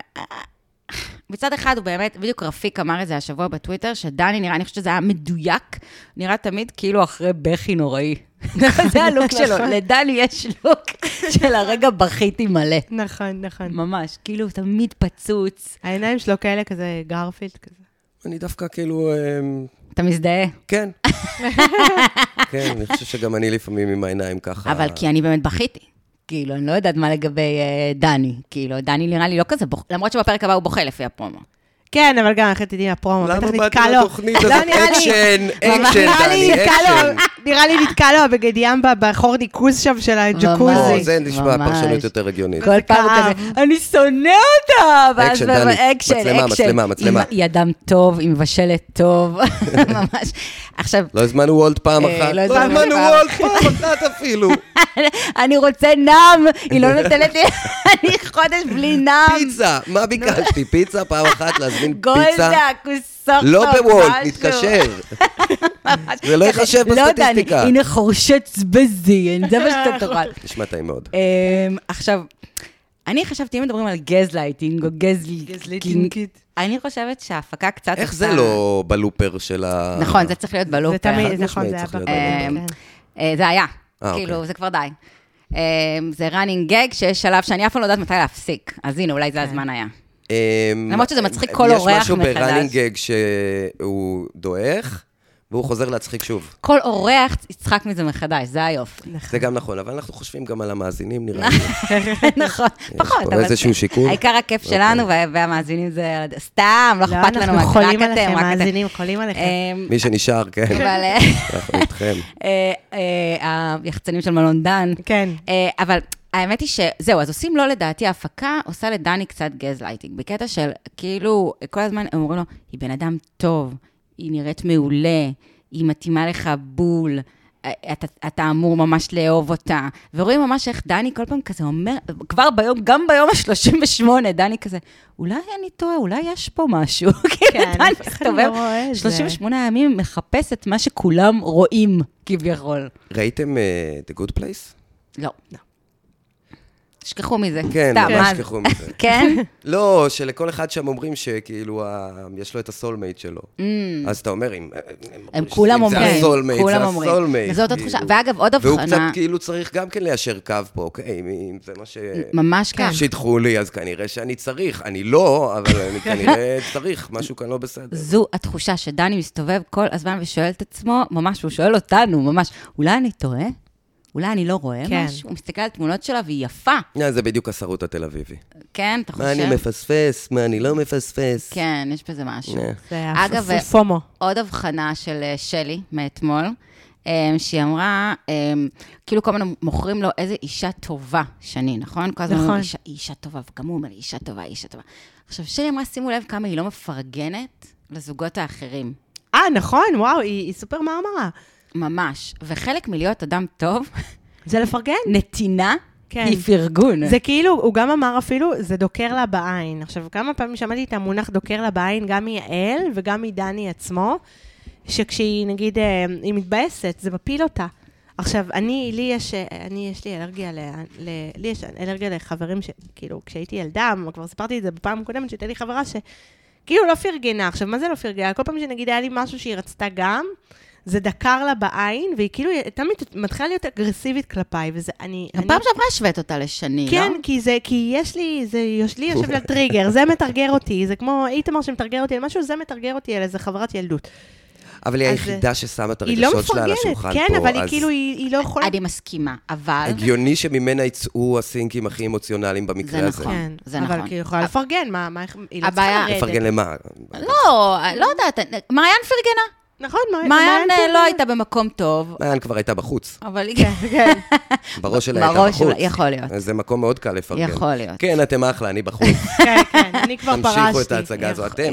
A: מצד אחד הוא באמת, בדיוק רפיק אמר את זה השבוע בטוויטר, שדני נראה, אני חושבת שזה היה מדויק, נראה תמיד כאילו אחרי בכי נוראי. זה הלוק שלו, לדני יש לוק של הרגע בכיתי מלא.
B: נכון, נכון.
A: ממש, כאילו תמיד פצוץ.
B: העיניים שלו כאלה כזה גרפילד כזה.
C: אני דווקא כאילו...
A: אתה מזדהה?
C: כן. כן, אני חושב שגם אני לפעמים עם העיניים ככה.
A: אבל כי אני באמת בכיתי. כאילו, אני לא יודעת מה לגבי דני. כאילו, דני נראה לי לא כזה בוכה, למרות שבפרק הבא הוא בוכה לפי הפרומו.
B: כן, אבל גם אחרי תדעי הפרומו,
C: למה באתי לתוכנית הזאת? אקשן, אקשן, דני, אקשן.
B: נראה לי נתקע לו בגד ים בחור ניקוז שם של הג'קוזי.
C: זה נשמע פרשנות יותר הגיונית.
A: כל פעם כזה, אני שונא אותה!
C: אקשן, דני, מצלמה, מצלמה, מצלמה.
A: היא אדם טוב, היא מבשלת טוב, ממש. עכשיו...
C: לא הזמנו וולד פעם אחת. לא הזמנו וולד פעם אחת אפילו.
A: אני רוצה נם, היא לא נותנת לי, אני חודש בלי נם.
C: פיצה, מה ביקשתי? פיצה פעם אחת להזמין פיצה?
A: גולדה, כוסוק,
C: לא בוולד, נתקשר. זה לא יחשב בסטטיסטיקה.
A: הנה חורשץ בזי, זה מה שאתה תוכל.
C: נשמע טעים מאוד.
A: עכשיו, אני חשבתי, אם מדברים על גזלייטינג או גזלייטינג, אני חושבת שההפקה קצת...
C: איך זה לא בלופר של ה...
A: נכון, זה צריך להיות בלופר.
B: זה תמיד, נכון, זה היה
A: בלופר. זה היה, כאילו, זה כבר די. זה running gag שיש שלב שאני אף פעם לא יודעת מתי להפסיק. אז הנה, אולי זה הזמן היה. למרות שזה מצחיק כל אורח מחדש.
C: יש משהו ב-running gag שהוא דועך, והוא חוזר להצחיק שוב.
A: כל אורח יצחק מזה מחדש, זה היופי.
C: זה גם נכון, אבל אנחנו חושבים גם על המאזינים, נראה לי.
A: נכון, פחות.
C: יש פה איזשהו שיקול.
A: העיקר הכיף שלנו, והמאזינים זה סתם, לא אכפת לנו,
B: אנחנו חולים עליכם, מאזינים, חולים עליכם.
C: מי שנשאר, כן. אנחנו איתכם.
A: היחצנים של מלון דן.
B: כן.
A: אבל... האמת היא שזהו, אז עושים לו לדעתי, ההפקה עושה לדני קצת גזלייטינג, בקטע של כאילו, כל הזמן הם אומרים לו, היא בן אדם טוב, היא נראית מעולה, היא מתאימה לך בול, אתה, אתה אמור ממש לאהוב אותה, ורואים ממש איך דני כל פעם כזה אומר, כבר ביום, גם ביום ה-שלושים ושמונה, דני כזה, אולי אני טועה, אולי יש פה משהו,
B: כן,
A: דני מסתובב, שלושים ושמונה ימים מחפש את מה שכולם רואים, כביכול.
C: ראיתם uh, The Good Place?
A: לא, לא. תשכחו מזה,
C: כן,
A: סתם,
C: ממש תשכחו מזה.
A: כן?
C: לא, שלכל אחד שם אומרים שכאילו, יש לו את הסולמייט שלו. אז אתה אומר,
A: הם כולם אומרים,
C: זה הסולמייט,
A: כולם
C: זה
A: אומרים.
C: הסולמייט.
A: וזאת התחושה, ואגב, עוד הבחנה...
C: והוא קצת כאילו צריך גם כן ליישר קו פה, אוקיי, אם זה מה ש...
A: ממש כך.
C: שידחו לי, אז כנראה שאני צריך. אני לא, אבל אני כנראה צריך, משהו כאן לא בסדר.
A: זו התחושה שדני מסתובב כל הזמן ושואל את עצמו, ממש, הוא שואל אותנו, ממש, אולי אני טועה? אולי אני לא רואה כן. משהו, הוא מסתכל על תמונות שלה והיא יפה.
C: זה בדיוק הסרוט התל אביבי.
A: כן, אתה חושב?
C: מה אני מפספס, מה אני לא מפספס.
A: כן, יש בזה משהו.
B: זה
A: אגב,
B: פומו.
A: עוד הבחנה של שלי מאתמול, שהיא אמרה, כאילו כל הזמן מוכרים לו איזה אישה טובה, שני, נכון? כל הזמן אומרים, אישה, אישה טובה, וגם הוא אומר, אישה טובה, אישה טובה. עכשיו, שלי אמרה, שימו לב כמה היא לא מפרגנת לזוגות האחרים.
B: אה, נכון, וואו, היא, היא סופר מאמרה.
A: ממש, וחלק מלהיות אדם טוב,
B: זה לפרגן.
A: נתינה,
B: כן.
A: היא פרגון.
B: זה כאילו, הוא גם אמר אפילו, זה דוקר לה בעין. עכשיו, כמה פעמים שמעתי את המונח דוקר לה בעין, גם מיעל וגם מדני עצמו, שכשהיא, נגיד, היא מתבאסת, זה מפיל אותה. עכשיו, אני, לי יש, אני, יש לי אלרגיה, ל, ל, לי יש אלרגיה לחברים שכאילו, כשהייתי ילדה, כבר סיפרתי את זה בפעם קודמת, שהייתה לי חברה שכאילו לא פרגנה. עכשיו, מה זה לא פרגנה? כל פעם שנגיד היה לי משהו שהיא רצתה גם, זה דקר לה בעין, והיא כאילו, תמיד מתחילה להיות אגרסיבית כלפיי, וזה, אני...
A: הפעם שעברה השווית אותה לשני, לא?
B: כן, כי זה, כי יש לי, זה, יש לי יושב לטריגר, זה מתרגר אותי, זה כמו, איתמר שמתרגר אותי על משהו, זה מתרגר אותי על איזה חברת ילדות.
C: אבל היא היחידה ששמה את הרגשות שלה על השולחן פה.
B: כן, אבל היא כאילו, היא לא יכולה...
A: אני מסכימה, אבל...
C: הגיוני שממנה יצאו הסינקים הכי אמוציונליים במקרה הזה.
A: זה נכון, זה נכון.
B: אבל כאילו יכולה לפרגן, מה, היא לא
A: צריכה
B: לרדת.
C: לפרגן למה?
A: לא, לא יודעת, מעיין פרגנה.
B: נכון,
A: מעיין לא הייתה במקום טוב.
C: מעיין כבר הייתה בחוץ.
A: אבל היא... כן.
C: בראש שלה הייתה בחוץ.
A: יכול להיות.
C: זה מקום מאוד קל לפרגן.
A: יכול להיות.
C: כן, אתם אחלה, אני בחוץ.
B: כן, כן, אני כבר פרשתי.
C: תמשיכו את ההצגה הזו, אתם.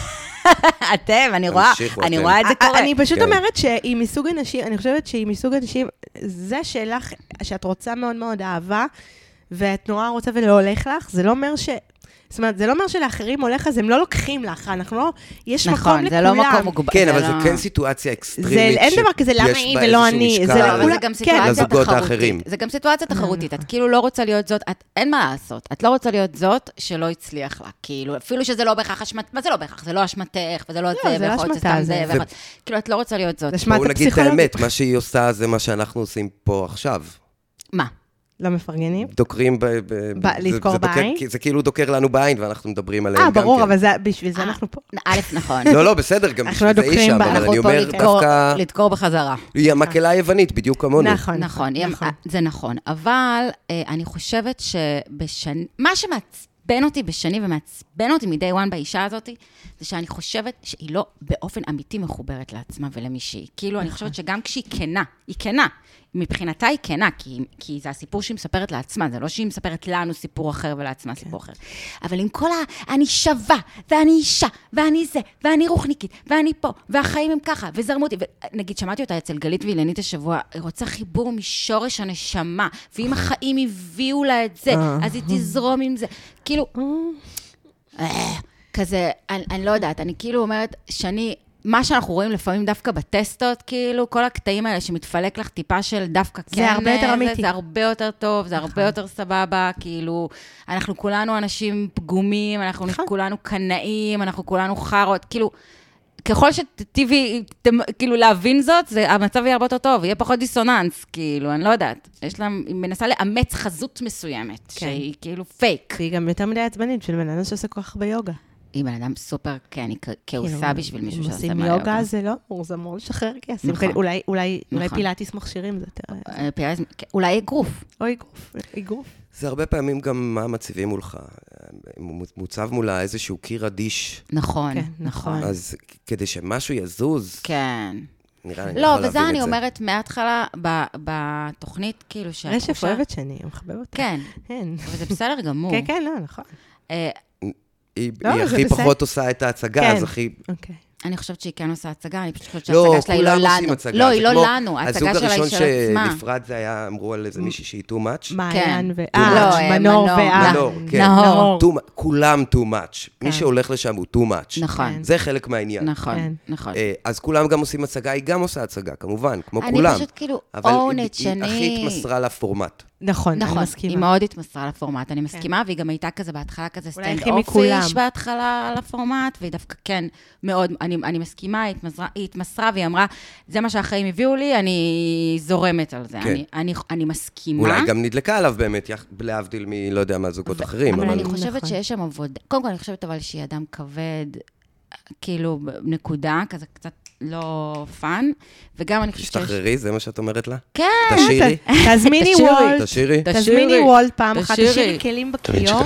A: אתם, אני רואה, אני רואה את זה קורה.
B: אני פשוט אומרת שהיא מסוג אנשים, אני חושבת שהיא מסוג אנשים, זה שלך, שאת רוצה מאוד מאוד אהבה, ואת נורא רוצה ולא הולך לך, זה לא אומר ש... זאת אומרת, זה לא אומר שלאחרים הולך, אז הם לא לוקחים לך, אנחנו לא, יש מקום לכולם.
A: נכון, זה לא מקום מוגבל.
C: כן, אבל זה כן סיטואציה אקסטרימית.
B: אין דבר כזה, למה היא ולא אני.
C: זה גם סיטואציה תחרותית.
A: זה גם סיטואציה תחרותית. את כאילו לא רוצה להיות זאת, אין מה לעשות. את לא רוצה להיות זאת שלא הצליח לה. כאילו, אפילו שזה לא בהכרח אשמת, מה זה לא בהכרח? זה לא אשמתך, וזה לא זה, ויכול להיות סתם זה, כאילו, את לא רוצה להיות זאת.
C: בואו נגיד את האמת, מה שהיא עושה זה מה שאנחנו עושים פה עכשיו.
A: מה?
B: לא מפרגנים?
C: דוקרים ב...
B: לדקור בעין?
C: זה כאילו דוקר לנו בעין, ואנחנו מדברים עליהם גם כן.
B: אה, ברור, אבל בשביל זה אנחנו פה.
A: א', נכון.
C: לא, לא, בסדר, גם בשביל זה אישה, אבל אני אומר דווקא...
A: לדקור בחזרה.
C: היא המקהלה היוונית, בדיוק כמונו.
B: נכון,
A: נכון, זה נכון. אבל אני חושבת שבשני... מה שמעצבן אותי בשני ומעצבן אותי מדי וואן באישה הזאת, זה שאני חושבת שהיא לא באופן אמיתי מחוברת לעצמה ולמישהי. כאילו, אני חושבת שגם כשהיא כנה, היא כנה. מבחינתה היא כנה, כי, כי זה הסיפור שהיא מספרת לעצמה, זה לא שהיא מספרת לנו סיפור אחר ולעצמה סיפור אחר. אבל עם כל ה... אני שווה, ואני אישה, ואני זה, ואני רוחניקית, ואני פה, והחיים הם ככה, וזרמו אותי. ונגיד, שמעתי אותה אצל גלית וילנית השבוע, היא רוצה חיבור משורש הנשמה, ואם החיים הביאו לה את זה, אז היא תזרום עם זה. כאילו, כזה, אני, אני לא יודעת, אני כאילו אומרת שאני... מה שאנחנו רואים לפעמים דווקא בטסטות, כאילו, כל הקטעים האלה שמתפלק לך טיפה של דווקא כן,
B: זה הרבה יותר אמיתי.
A: זה, זה הרבה יותר טוב, זה הרבה יותר סבבה, כאילו, אנחנו כולנו אנשים פגומים, אנחנו כולנו קנאים, אנחנו כולנו חרות, כאילו, ככל שטבעי, כאילו, להבין זאת, זה, המצב יהיה הרבה יותר טוב, יהיה פחות דיסוננס, כאילו, אני לא יודעת. יש לה, היא מנסה לאמץ חזות מסוימת, כן. שהיא כאילו פייק.
B: והיא גם יותר מדי עצבנית, של בן אדם שעושה כל כך ביוגה.
A: היא בן אדם סופר, כן, היא כעושה בשביל מישהו שעושה
B: מה יוגה. יוגה זה לא, זה אמור לשחרר כסף. אולי פילאטיס מכשירים זה יותר...
A: אולי אגרוף.
B: או אגרוף, אגרוף.
C: זה הרבה פעמים גם מה מציבים מולך. מוצב מולה איזשהו קיר אדיש.
A: נכון, נכון.
C: אז כדי שמשהו יזוז...
A: כן.
C: נראה, אני
A: לא, וזה אני אומרת מההתחלה, בתוכנית, כאילו שהתחושה...
B: רשף אוהבת שאני, אני מחבב אותה.
A: כן. אבל זה בסדר גמור.
B: כן, כן, לא, נכון.
C: היא הכי פחות עושה את ההצגה, אז הכי...
A: אני חושבת שהיא כן עושה הצגה, אני פשוט חושבת שההצגה שלה היא לא לנו. לא, היא לא לנו, ההצגה שלה היא של עצמה.
C: הזוג הראשון שנפרד זה היה, אמרו על איזה מישהי שהיא too much.
B: מעיין ואן, מנור ואן.
A: נהור.
C: כולם too much. מי שהולך לשם הוא too much.
A: נכון.
C: זה חלק מהעניין.
A: נכון, נכון.
C: אז כולם גם עושים הצגה, היא גם עושה הצגה, כמובן, כמו כולם.
A: אני פשוט כאילו, אונת שני...
C: אבל היא הכי התמסרה לפורמט.
B: נכון,
A: נכון, היא מאוד התמסרה לפורמט, אני מסכימה, והיא גם הייתה כזה בהתחלה כזה סטנד אופיש בהתחלה לפורמט, והיא דווקא כן מאוד, אני, אני מסכימה, היא התמסרה, היא התמסרה, והיא אמרה, זה מה שהחיים הביאו לי, אני זורמת על זה, כן. אני, אני, אני מסכימה.
C: אולי גם נדלקה עליו באמת, להבדיל מ, לא יודע מה, זוגות ו- אחרים.
A: אבל, אבל אני חושבת נכון. שיש שם עבודה, קודם כל אני חושבת אבל שהיא אדם כבד, כאילו נקודה, כזה קצת לא פן, וגם אני חושבת שיש...
C: תשתחררי, זה מה שאת אומרת לה?
A: כן.
C: תשירי.
B: תזמיני וולט.
C: תשירי.
B: תזמיני וולט פעם אחת, תשירי כלים בכיור.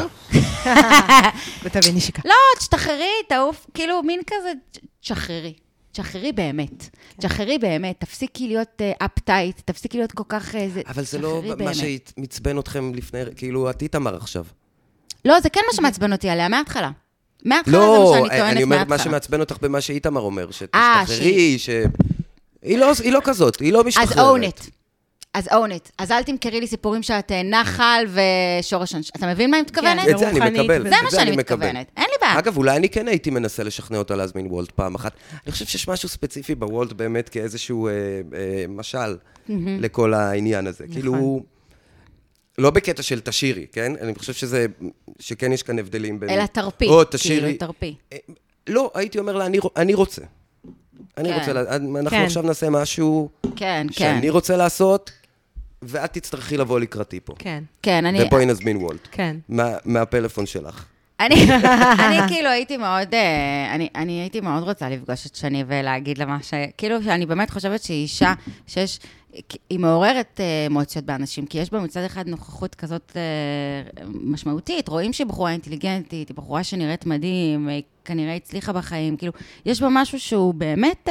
B: ותביא נשיקה.
A: לא, תשתחררי, תעוף, כאילו מין כזה, תשחררי. תשחררי באמת. תשחררי באמת, תפסיקי להיות אפטייט, תפסיקי להיות כל כך...
C: אבל זה לא מה שמצבן אתכם לפני, כאילו, את איתמר עכשיו.
A: לא, זה כן מה שמעצבן אותי עליה, מההתחלה. מההתחלה זה מה שאני טוענת מההתחלה.
C: לא, אני אומר מה שמעצבן אותך במה שאיתמר אומר, שתשתחררי, ש... היא לא כזאת, היא לא משתחררת.
A: אז אונט. אז אונט. אז אל תמכרי לי סיפורים שאת נחל ושורש... אתה מבין מה אני מתכוונת?
C: את זה אני מקבל.
A: זה מה שאני מתכוונת. אין לי בעיה.
C: אגב, אולי אני כן הייתי מנסה לשכנע אותה להזמין וולט פעם אחת. אני חושב שיש משהו ספציפי בוולט באמת כאיזשהו משל לכל העניין הזה. כאילו... לא בקטע של תשירי, כן? אני חושב שזה, שכן יש כאן הבדלים בין...
A: אלא תרפי.
C: או תשירי.
A: כאילו, תרפי.
C: לא, הייתי אומר לה, אני רוצה. אני רוצה, אנחנו עכשיו נעשה משהו שאני רוצה לעשות, ואת תצטרכי לבוא לקראתי פה.
B: כן.
A: כן, אני...
C: ובואי נזמין וולט.
B: כן.
C: מהפלאפון שלך.
A: אני כאילו הייתי מאוד, אני הייתי מאוד רוצה לפגוש את שני ולהגיד לה מה ש... כאילו שאני באמת חושבת שהיא אישה שיש... היא מעוררת אמוציות באנשים, כי יש בה מצד אחד נוכחות כזאת משמעותית, רואים שהיא בחורה אינטליגנטית, היא בחורה שנראית מדהים, היא כנראה הצליחה בחיים, כאילו, יש בה משהו שהוא באמת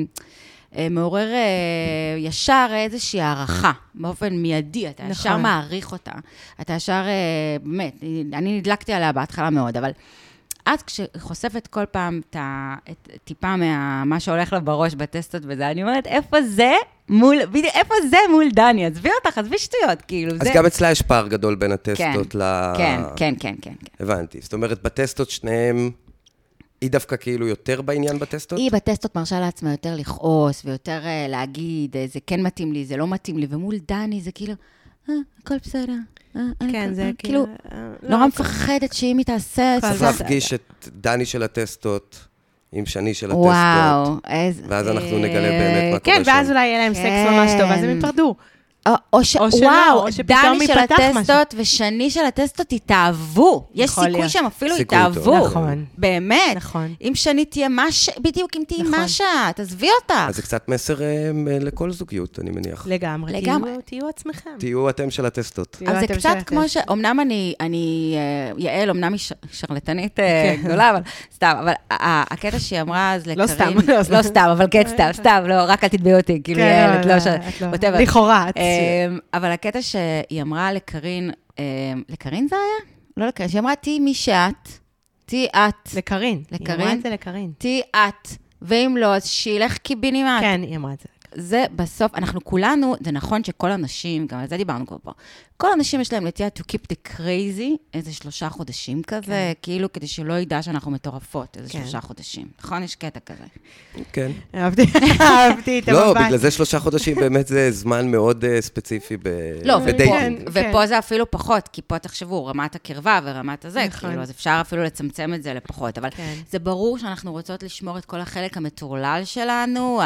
A: מעורר ישר איזושהי הערכה, באופן מיידי, אתה ישר מעריך אותה, אתה ישר, באמת, אני נדלקתי עליה בהתחלה מאוד, אבל... את כשחושפת כל פעם את טיפה מה שהולך לה בראש בטסטות וזה, אני אומרת, איפה זה מול, איפה זה מול דני? עזבי אותך, עזבי שטויות, כאילו.
C: אז גם אצלה יש פער גדול בין הטסטות ל...
A: כן, כן, כן, כן.
C: הבנתי. זאת אומרת, בטסטות שניהם, היא דווקא כאילו יותר בעניין בטסטות?
A: היא בטסטות מרשה לעצמה יותר לכעוס, ויותר להגיד, זה כן מתאים לי, זה לא מתאים לי, ומול דני זה כאילו, אה, הכל בסדר.
B: כן, זה
A: כאילו, נורא מפחדת שאם היא תעשה...
C: צריך להפגיש את דני של הטסטות עם שני של הטסטות.
A: וואו, איזה...
C: ואז אנחנו נגלה באמת מה קורה שם.
B: כן, ואז אולי יהיה להם סקס ממש טוב, אז הם יפרדו.
A: או ש... וואו, דני של הטסטות ושני של הטסטות התאהבו. יש סיכוי שהם אפילו התאהבו.
B: נכון.
A: באמת.
B: נכון.
A: אם שני תהיה משה, בדיוק אם תהיה משה, תעזבי אותך.
C: אז זה קצת מסר לכל זוגיות, אני מניח.
B: לגמרי.
A: לגמרי.
B: תהיו עצמכם.
C: תהיו אתם של הטסטות.
A: אז זה קצת כמו ש... אמנם אני, יעל, אמנם היא שרלטנית גדולה, אבל סתם, אבל הקטע שהיא אמרה אז לקרין...
B: לא סתם.
A: לא סתם, אבל קט סתם, סתם, לא, רק אל תתביעו אותי, כאילו יעל, את לא ש...
B: לכאורה.
A: אבל הקטע שהיא אמרה לקרין, לקרין זה היה? לא לקרין, שהיא אמרה, תהי מי שאת, תהי את.
B: לקרין.
A: לקרין.
B: היא אמרה את זה לקרין.
A: תהי את, ואם לא, אז שילך קיבינימט.
B: כן, היא אמרה את זה.
A: זה בסוף, אנחנו כולנו, זה נכון שכל אנשים, גם על זה דיברנו כבר פה, כל אנשים יש להם נטייה to keep the crazy, איזה שלושה חודשים כזה, כן. כאילו כדי שלא ידע שאנחנו מטורפות, איזה כן. שלושה חודשים. נכון? יש קטע כזה.
C: כן.
B: אהבתי, אהבתי את המבט.
C: לא, בגלל זה שלושה חודשים באמת זה זמן מאוד uh, ספציפי בדייטינג.
A: לא, ופה זה אפילו פחות, כי פה תחשבו, רמת הקרבה ורמת הזה, נכון. כאילו, אז אפשר אפילו לצמצם את זה לפחות, אבל כן. זה ברור שאנחנו רוצות לשמור את כל החלק המטורלל שלנו,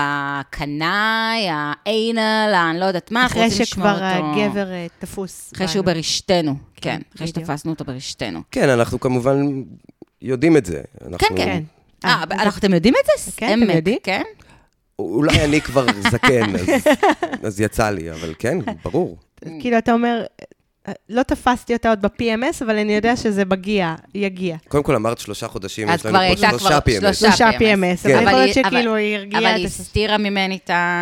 A: הקנאי, האינל, אני לא יודעת מה, אנחנו רוצים לשמור אותו.
B: אחרי שכבר הגבר תפוס.
A: אחרי שהוא ברשתנו, כן, אחרי שתפסנו אותו ברשתנו.
C: כן, אנחנו כמובן יודעים את זה.
A: כן, כן. אה, אתם יודעים את זה?
B: כן, אתם יודעים?
A: כן.
C: אולי אני כבר זקן, אז יצא לי, אבל כן, ברור.
B: כאילו, אתה אומר, לא תפסתי אותה עוד ב-פי אם אס, אבל אני יודע שזה מגיע, יגיע.
C: קודם כל אמרת שלושה חודשים, יש לנו פה שלושה פי אם אס.
B: שלושה פי אם אס, אבל יכול להיות שכאילו היא הרגיעה
A: אבל היא הסתירה ממני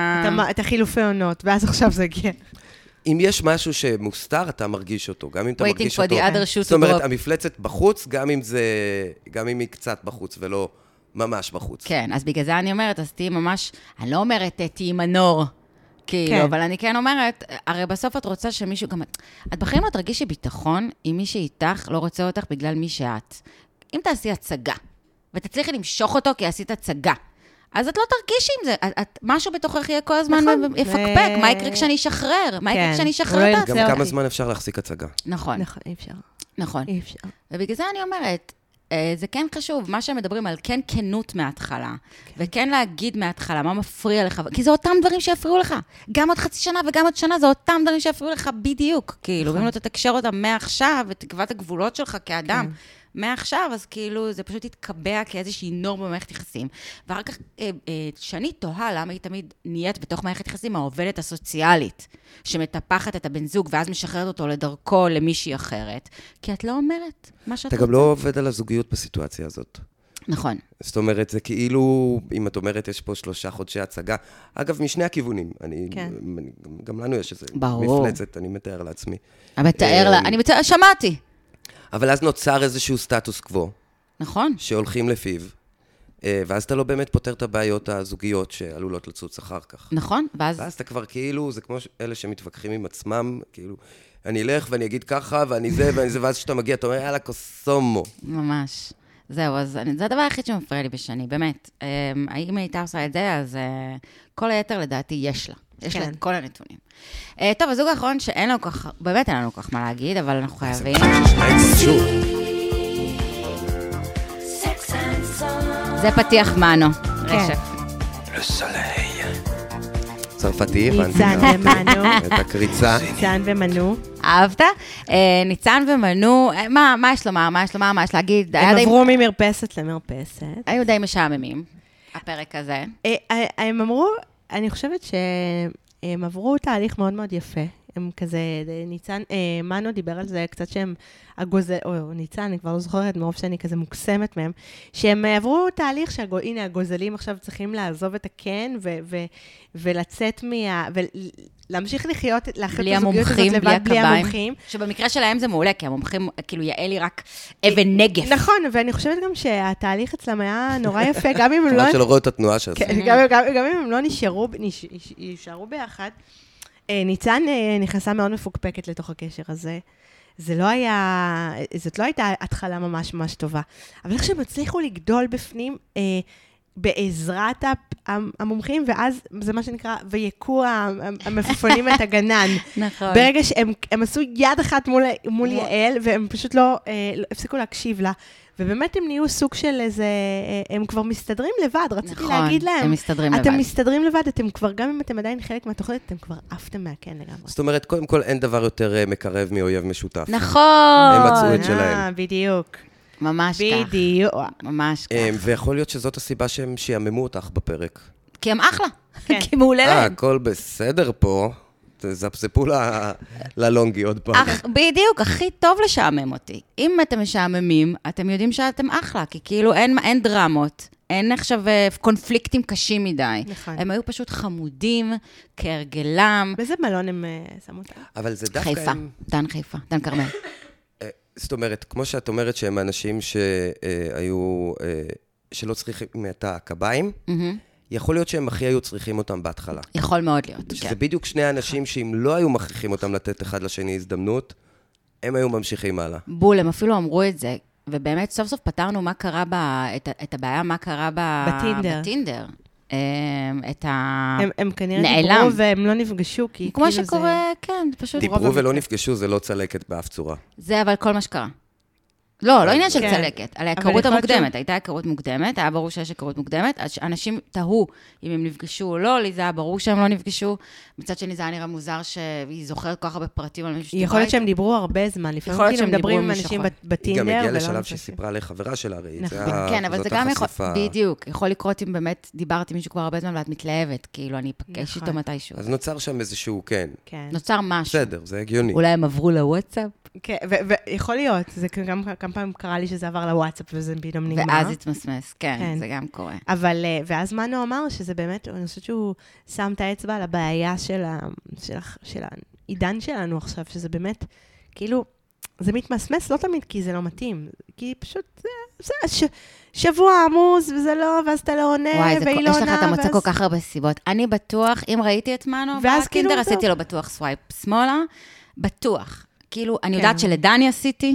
B: את החילופי עונות, ואז עכשיו זה הגיע.
C: אם יש משהו שמוסתר, אתה מרגיש אותו, גם אם אתה מרגיש אותו.
A: זאת
C: אומרת, המפלצת בחוץ, גם אם זה, גם אם היא קצת בחוץ, ולא ממש בחוץ.
A: כן, אז בגלל זה אני אומרת, אז תהי ממש, אני לא אומרת, תהי מנור, כאילו, אבל אני כן אומרת, הרי בסוף את רוצה שמישהו גם... את בחיים לא תרגישי ביטחון אם מי שאיתך לא רוצה אותך בגלל מי שאת. אם תעשי הצגה, ותצליחי למשוך אותו כי עשית הצגה, אז את לא תרגישי עם זה. את, משהו בתוכך יהיה כל הזמן יפקפק. מה יקרה כשאני אשחרר? מה יקרה כשאני אשחרר את זה?
C: גם כמה זמן אפשר להחזיק הצגה.
A: נכון.
B: נכון, אי אפשר.
A: נכון.
B: אי אפשר.
A: ובגלל זה אני אומרת, זה כן חשוב, מה שהם מדברים על כן כנות מההתחלה, וכן להגיד מההתחלה, מה מפריע לך, כי זה אותם דברים שיפריעו לך. גם עוד חצי שנה וגם עוד שנה, זה אותם דברים שיפריעו לך בדיוק. כאילו, אם לא תתקשר אותם מעכשיו, ותקבע את הגבולות שלך כאדם, מעכשיו, אז כאילו, זה פשוט יתקבע כאיזושהי נורמה במערכת יחסים. ואחר כך, שאני תוהה למה היא תמיד נהיית בתוך מערכת יחסים, העובדת הסוציאלית, שמטפחת את הבן זוג, ואז משחררת אותו לדרכו למישהי אחרת. כי את לא אומרת מה שאת
C: אתה גם לא עובד על הזוגיות בסיטואציה הזאת.
A: נכון.
C: זאת אומרת, זה כאילו, אם את אומרת, יש פה שלושה חודשי הצגה. אגב, משני הכיוונים. אני, גם לנו יש איזה מפלצת, אני מתאר לעצמי.
A: מתאר לה, אני מתאר, שמעתי.
C: אבל אז נוצר איזשהו סטטוס קוו.
A: נכון.
C: שהולכים לפיו, ואז אתה לא באמת פותר את הבעיות הזוגיות שעלולות לצוץ אחר כך.
A: נכון, ואז...
C: ואז אתה כבר כאילו, זה כמו אלה שמתווכחים עם עצמם, כאילו, אני אלך ואני אגיד ככה, ואני זה, ואני זה, ואז כשאתה מגיע, אתה אומר, יאללה, קוסומו.
A: ממש. זהו, אז זה הדבר היחיד שמפריע לי בשני, באמת. אם הייתה עושה את זה, אז כל היתר לדעתי יש לה. יש לה את כל הנתונים. טוב, הזוג האחרון שאין לנו כך, באמת אין לנו כך מה להגיד, אבל אנחנו חייבים. זה פתיח מנו, רשף.
C: צרפתי,
B: ניצן ומנו.
C: את הקריצה.
B: ניצן ומנו.
A: אהבת? ניצן ומנו, מה יש לומר? מה יש לומר? מה יש להגיד?
B: הם עברו ממרפסת למרפסת.
A: היו די משעממים, הפרק הזה.
B: הם אמרו, אני חושבת שהם עברו תהליך מאוד מאוד יפה. הם כזה, ניצן, מנו דיבר על זה קצת שהם, הגוזל, או ניצן, אני כבר לא זוכרת, מרוב שאני כזה מוקסמת מהם, שהם עברו תהליך שהנה, הגוזלים עכשיו צריכים לעזוב את הכן, ו- ו- ולצאת מה... ולהמשיך לחיות, לאחר את הזוגיות הזאת לבד, בלי המומחים.
A: שבמקרה שלהם זה מעולה, כי המומחים, כאילו, יעלי רק אבן נגף.
B: נכון, ואני חושבת גם שהתהליך אצלם היה נורא יפה, גם אם הם לא...
C: שלא רואה את התנועה שעשו.
B: גם אם הם לא נשארו ביחד, ניצן נכנסה מאוד מפוקפקת לתוך הקשר הזה. זה לא היה, זאת לא הייתה התחלה ממש ממש טובה. אבל איך שהם הצליחו לגדול בפנים, בעזרת המומחים, ואז זה מה שנקרא, ויקו המפפונים את הגנן.
A: נכון.
B: ברגע שהם עשו יד אחת מול יעל, והם פשוט לא הפסיקו להקשיב לה, ובאמת הם נהיו סוג של איזה, הם כבר מסתדרים לבד, רציתי להגיד להם.
A: הם מסתדרים לבד.
B: אתם מסתדרים לבד, אתם כבר, גם אם אתם עדיין חלק מהתוכנית, אתם כבר עפתם מהקן לגמרי.
C: זאת אומרת, קודם כל אין דבר יותר מקרב מאויב משותף.
A: נכון.
C: הם מצאו את שלהם.
B: אה, בדיוק.
A: ממש כך.
B: בדיוק.
A: ממש כך.
C: ויכול להיות שזאת הסיבה שהם שיאממו אותך בפרק.
A: כי הם אחלה. כי מעולה
C: אה,
A: להם.
C: הכל בסדר פה. זפזפו ללונגי עוד פעם.
A: בדיוק, הכי טוב לשעמם אותי. אם אתם משעממים, אתם יודעים שאתם אחלה, כי כאילו אין דרמות, אין עכשיו קונפליקטים קשים מדי. הם היו פשוט חמודים, כהרגלם.
B: באיזה מלון הם שמו אותם?
C: אבל זה דווקא...
A: חיפה, דן חיפה, דן כרמל.
C: זאת אומרת, כמו שאת אומרת שהם אנשים שהיו, שלא צריכים את הקביים, יכול להיות שהם הכי היו צריכים אותם בהתחלה.
A: יכול מאוד להיות, כן.
C: שזה בדיוק שני אנשים שאם לא היו מכריחים אותם לתת אחד לשני הזדמנות, הם היו ממשיכים הלאה.
A: בול, הם אפילו אמרו את זה, ובאמת סוף סוף פתרנו מה קרה, ב, את, את הבעיה, מה קרה ב,
B: בטינדר.
A: בטינדר. את ה...
B: הם, הם כנראה דיברו והם לא נפגשו, כי
A: כמו כאילו שקורה, זה... כן, פשוט...
C: דיברו ולא נפגשו, זה לא צלקת באף צורה.
A: זה אבל כל מה שקרה. לא, לא עניין של צלקת, על ההיכרות המוקדמת. הייתה היכרות מוקדמת, היה ברור שיש היכרות מוקדמת, אנשים תהו אם הם נפגשו או לא, לי זה היה ברור שהם לא נפגשו, מצד שני זה היה נראה מוזר שהיא זוכרת כל כך הרבה פרטים על מישהו.
B: יכול להיות שהם דיברו הרבה זמן, לפעמים כאילו מדברים עם אנשים בטינדר.
C: היא גם הגיעה לשלב שסיפרה לחברה שלה, הרי
A: כן, אבל זה גם יכול, בדיוק, יכול לקרות אם באמת דיברתי עם מישהו כבר הרבה זמן ואת מתלהבת, כאילו אני אפגש איתו מתישהו.
C: אז נוצר שם איזשהו, כן.
A: נוצר משהו.
C: בסדר, זה הגיוני.
A: אולי הם עברו לוואטסאפ.
B: כן, ויכול להיות, זה גם כמה פעמים קרה לי שזה עבר לוואטסאפ וזה פתאום נגמר.
A: ואז התמסמס, כן, זה גם קורה.
B: אבל, ואז מנו אמר שזה באמת, אני חושבת שהוא שם את האצבע על הבעיה של העידן שלנו עכשיו, שזה באמת, כאילו, זה מתמסמס לא תמיד כי זה לא מתאים, כי פשוט, זה שבוע עמוס וזה לא, ואז אתה לא עונה, והיא לא עונה.
A: יש לך את המוצא כל כך הרבה סיבות. אני בטוח, אם ראיתי את מנו, בטינדר עשיתי לו בטוח סווייפ שמאלה, בטוח. כאילו, אני יודעת שלדני עשיתי,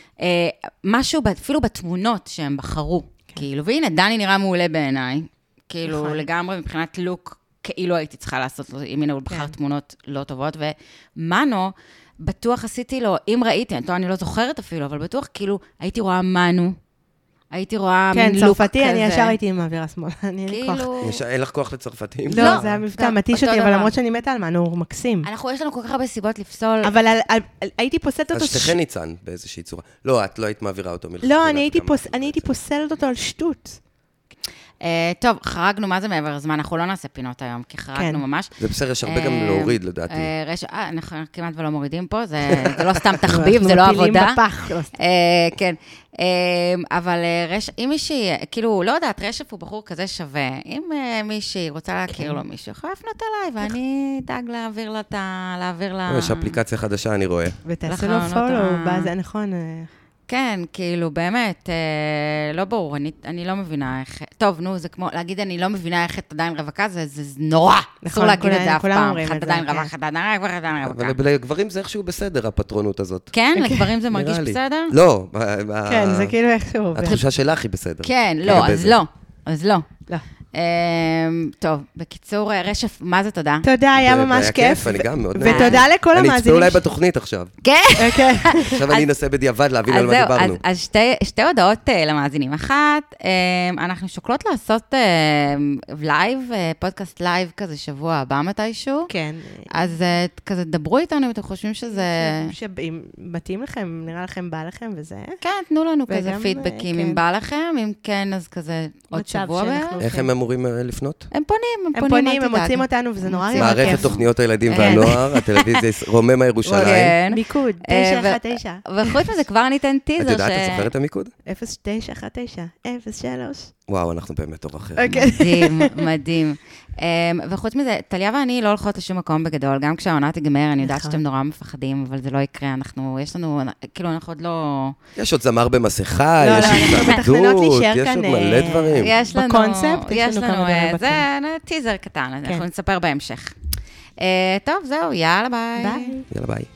A: משהו, אפילו בתמונות שהם בחרו, כאילו, והנה, דני נראה מעולה בעיניי, כאילו, לגמרי מבחינת לוק, כאילו הייתי צריכה לעשות לו, אם הנה הוא בחר תמונות לא טובות, ומנו, בטוח עשיתי לו, אם ראיתי, אני לא זוכרת אפילו, אבל בטוח, כאילו, הייתי רואה מנו, הייתי רואה מין לוק כזה.
B: כן, צרפתי, אני ישר הייתי עם האוויר השמאל, אני אין לי כוח.
C: אין לך כוח לצרפתים?
B: לא, זה היה מבטא, מתיש אותי, אבל למרות שאני מתה על מה, הוא מקסים.
A: אנחנו, יש לנו כל כך הרבה סיבות לפסול.
B: אבל הייתי פוסלת אותו...
C: אז שתכן ניצן באיזושהי צורה. לא, את לא היית מעבירה אותו מלכתחילה.
B: לא, אני הייתי פוסלת אותו על שטות.
A: טוב, חרגנו, מה זה מעבר הזמן? אנחנו לא נעשה פינות היום, כי חרגנו ממש.
C: זה בסדר, יש הרבה גם להוריד, לדעתי.
A: אנחנו כמעט ולא מורידים פה, זה לא סתם תחביב, זה לא עבודה. כן. אבל אם מישהי, כאילו, לא יודעת, רשף הוא בחור כזה שווה. אם מישהי רוצה להכיר לו מישהו, יכולה לפנות עליי, ואני אדאג להעביר לה, להעביר לה...
C: יש אפליקציה חדשה, אני רואה.
B: ותעשו לו פולו, זה נכון...
A: כן, כאילו, באמת, אה, לא ברור, אני, אני לא מבינה איך... טוב, נו, זה כמו להגיד, אני לא מבינה איך את עדיין רווקה, זה, זה נורא. אסור להגיד את זה אף פעם. את עדיין רווקה, את עדיין רווקה, את עדיין רווקה.
C: אבל לגברים זה איכשהו בסדר, הפטרונות הזאת.
A: כן? לגברים זה מרגיש בסדר?
C: לא.
B: כן, זה כאילו איכשהו.
C: התחושה שלך היא בסדר.
A: כן, לא, אז לא. אז לא. לא. טוב, בקיצור, רשף, מה זה תודה?
B: תודה, היה ממש כיף.
C: אני גם מאוד...
B: ותודה לכל המאזינים.
C: אני אצפה אולי בתוכנית עכשיו.
A: כן.
C: עכשיו אני אנסה בדיעבד להבין על מה דיברנו.
A: אז שתי הודעות למאזינים. אחת, אנחנו שוקלות לעשות לייב, פודקאסט לייב כזה שבוע הבא מתישהו.
B: כן.
A: אז כזה דברו איתנו אם אתם חושבים שזה...
B: שאם מתאים לכם, נראה לכם, בא לכם וזה.
A: כן, תנו לנו כזה פידבקים אם בא לכם, אם כן, אז כזה עוד שבוע בערך.
C: איך הם אמורים לפנות?
A: הם פונים,
B: הם פונים, הם מוצאים אותנו, וזה נורא כיף.
C: מערכת תוכניות הילדים והנוער, הטלוויזיה רוממה ירושלים.
B: מיקוד, תשע אחת תשע.
A: וחוץ מזה כבר ניתן טיזר.
C: את יודעת, את זוכרת את המיקוד?
B: אפס תשע אחת תשע, אפס שלוש.
C: וואו, אנחנו באמת אור אחר.
A: מדהים, מדהים. וחוץ מזה, טליה ואני לא הולכות לשום מקום בגדול, גם כשהעונה תיגמר, אני יודעת שאתם נורא מפחדים, אבל זה לא יקרה, אנחנו, יש לנו, כאילו, אנחנו עוד לא...
C: יש עוד זמר במסכה, יש התעמדות, יש עוד מלא דברים.
A: יש לנו...
B: בקונספט,
A: יש לנו, זה טיזר קטן, אנחנו נספר בהמשך. טוב, זהו, יאללה ביי.
C: יאללה ביי.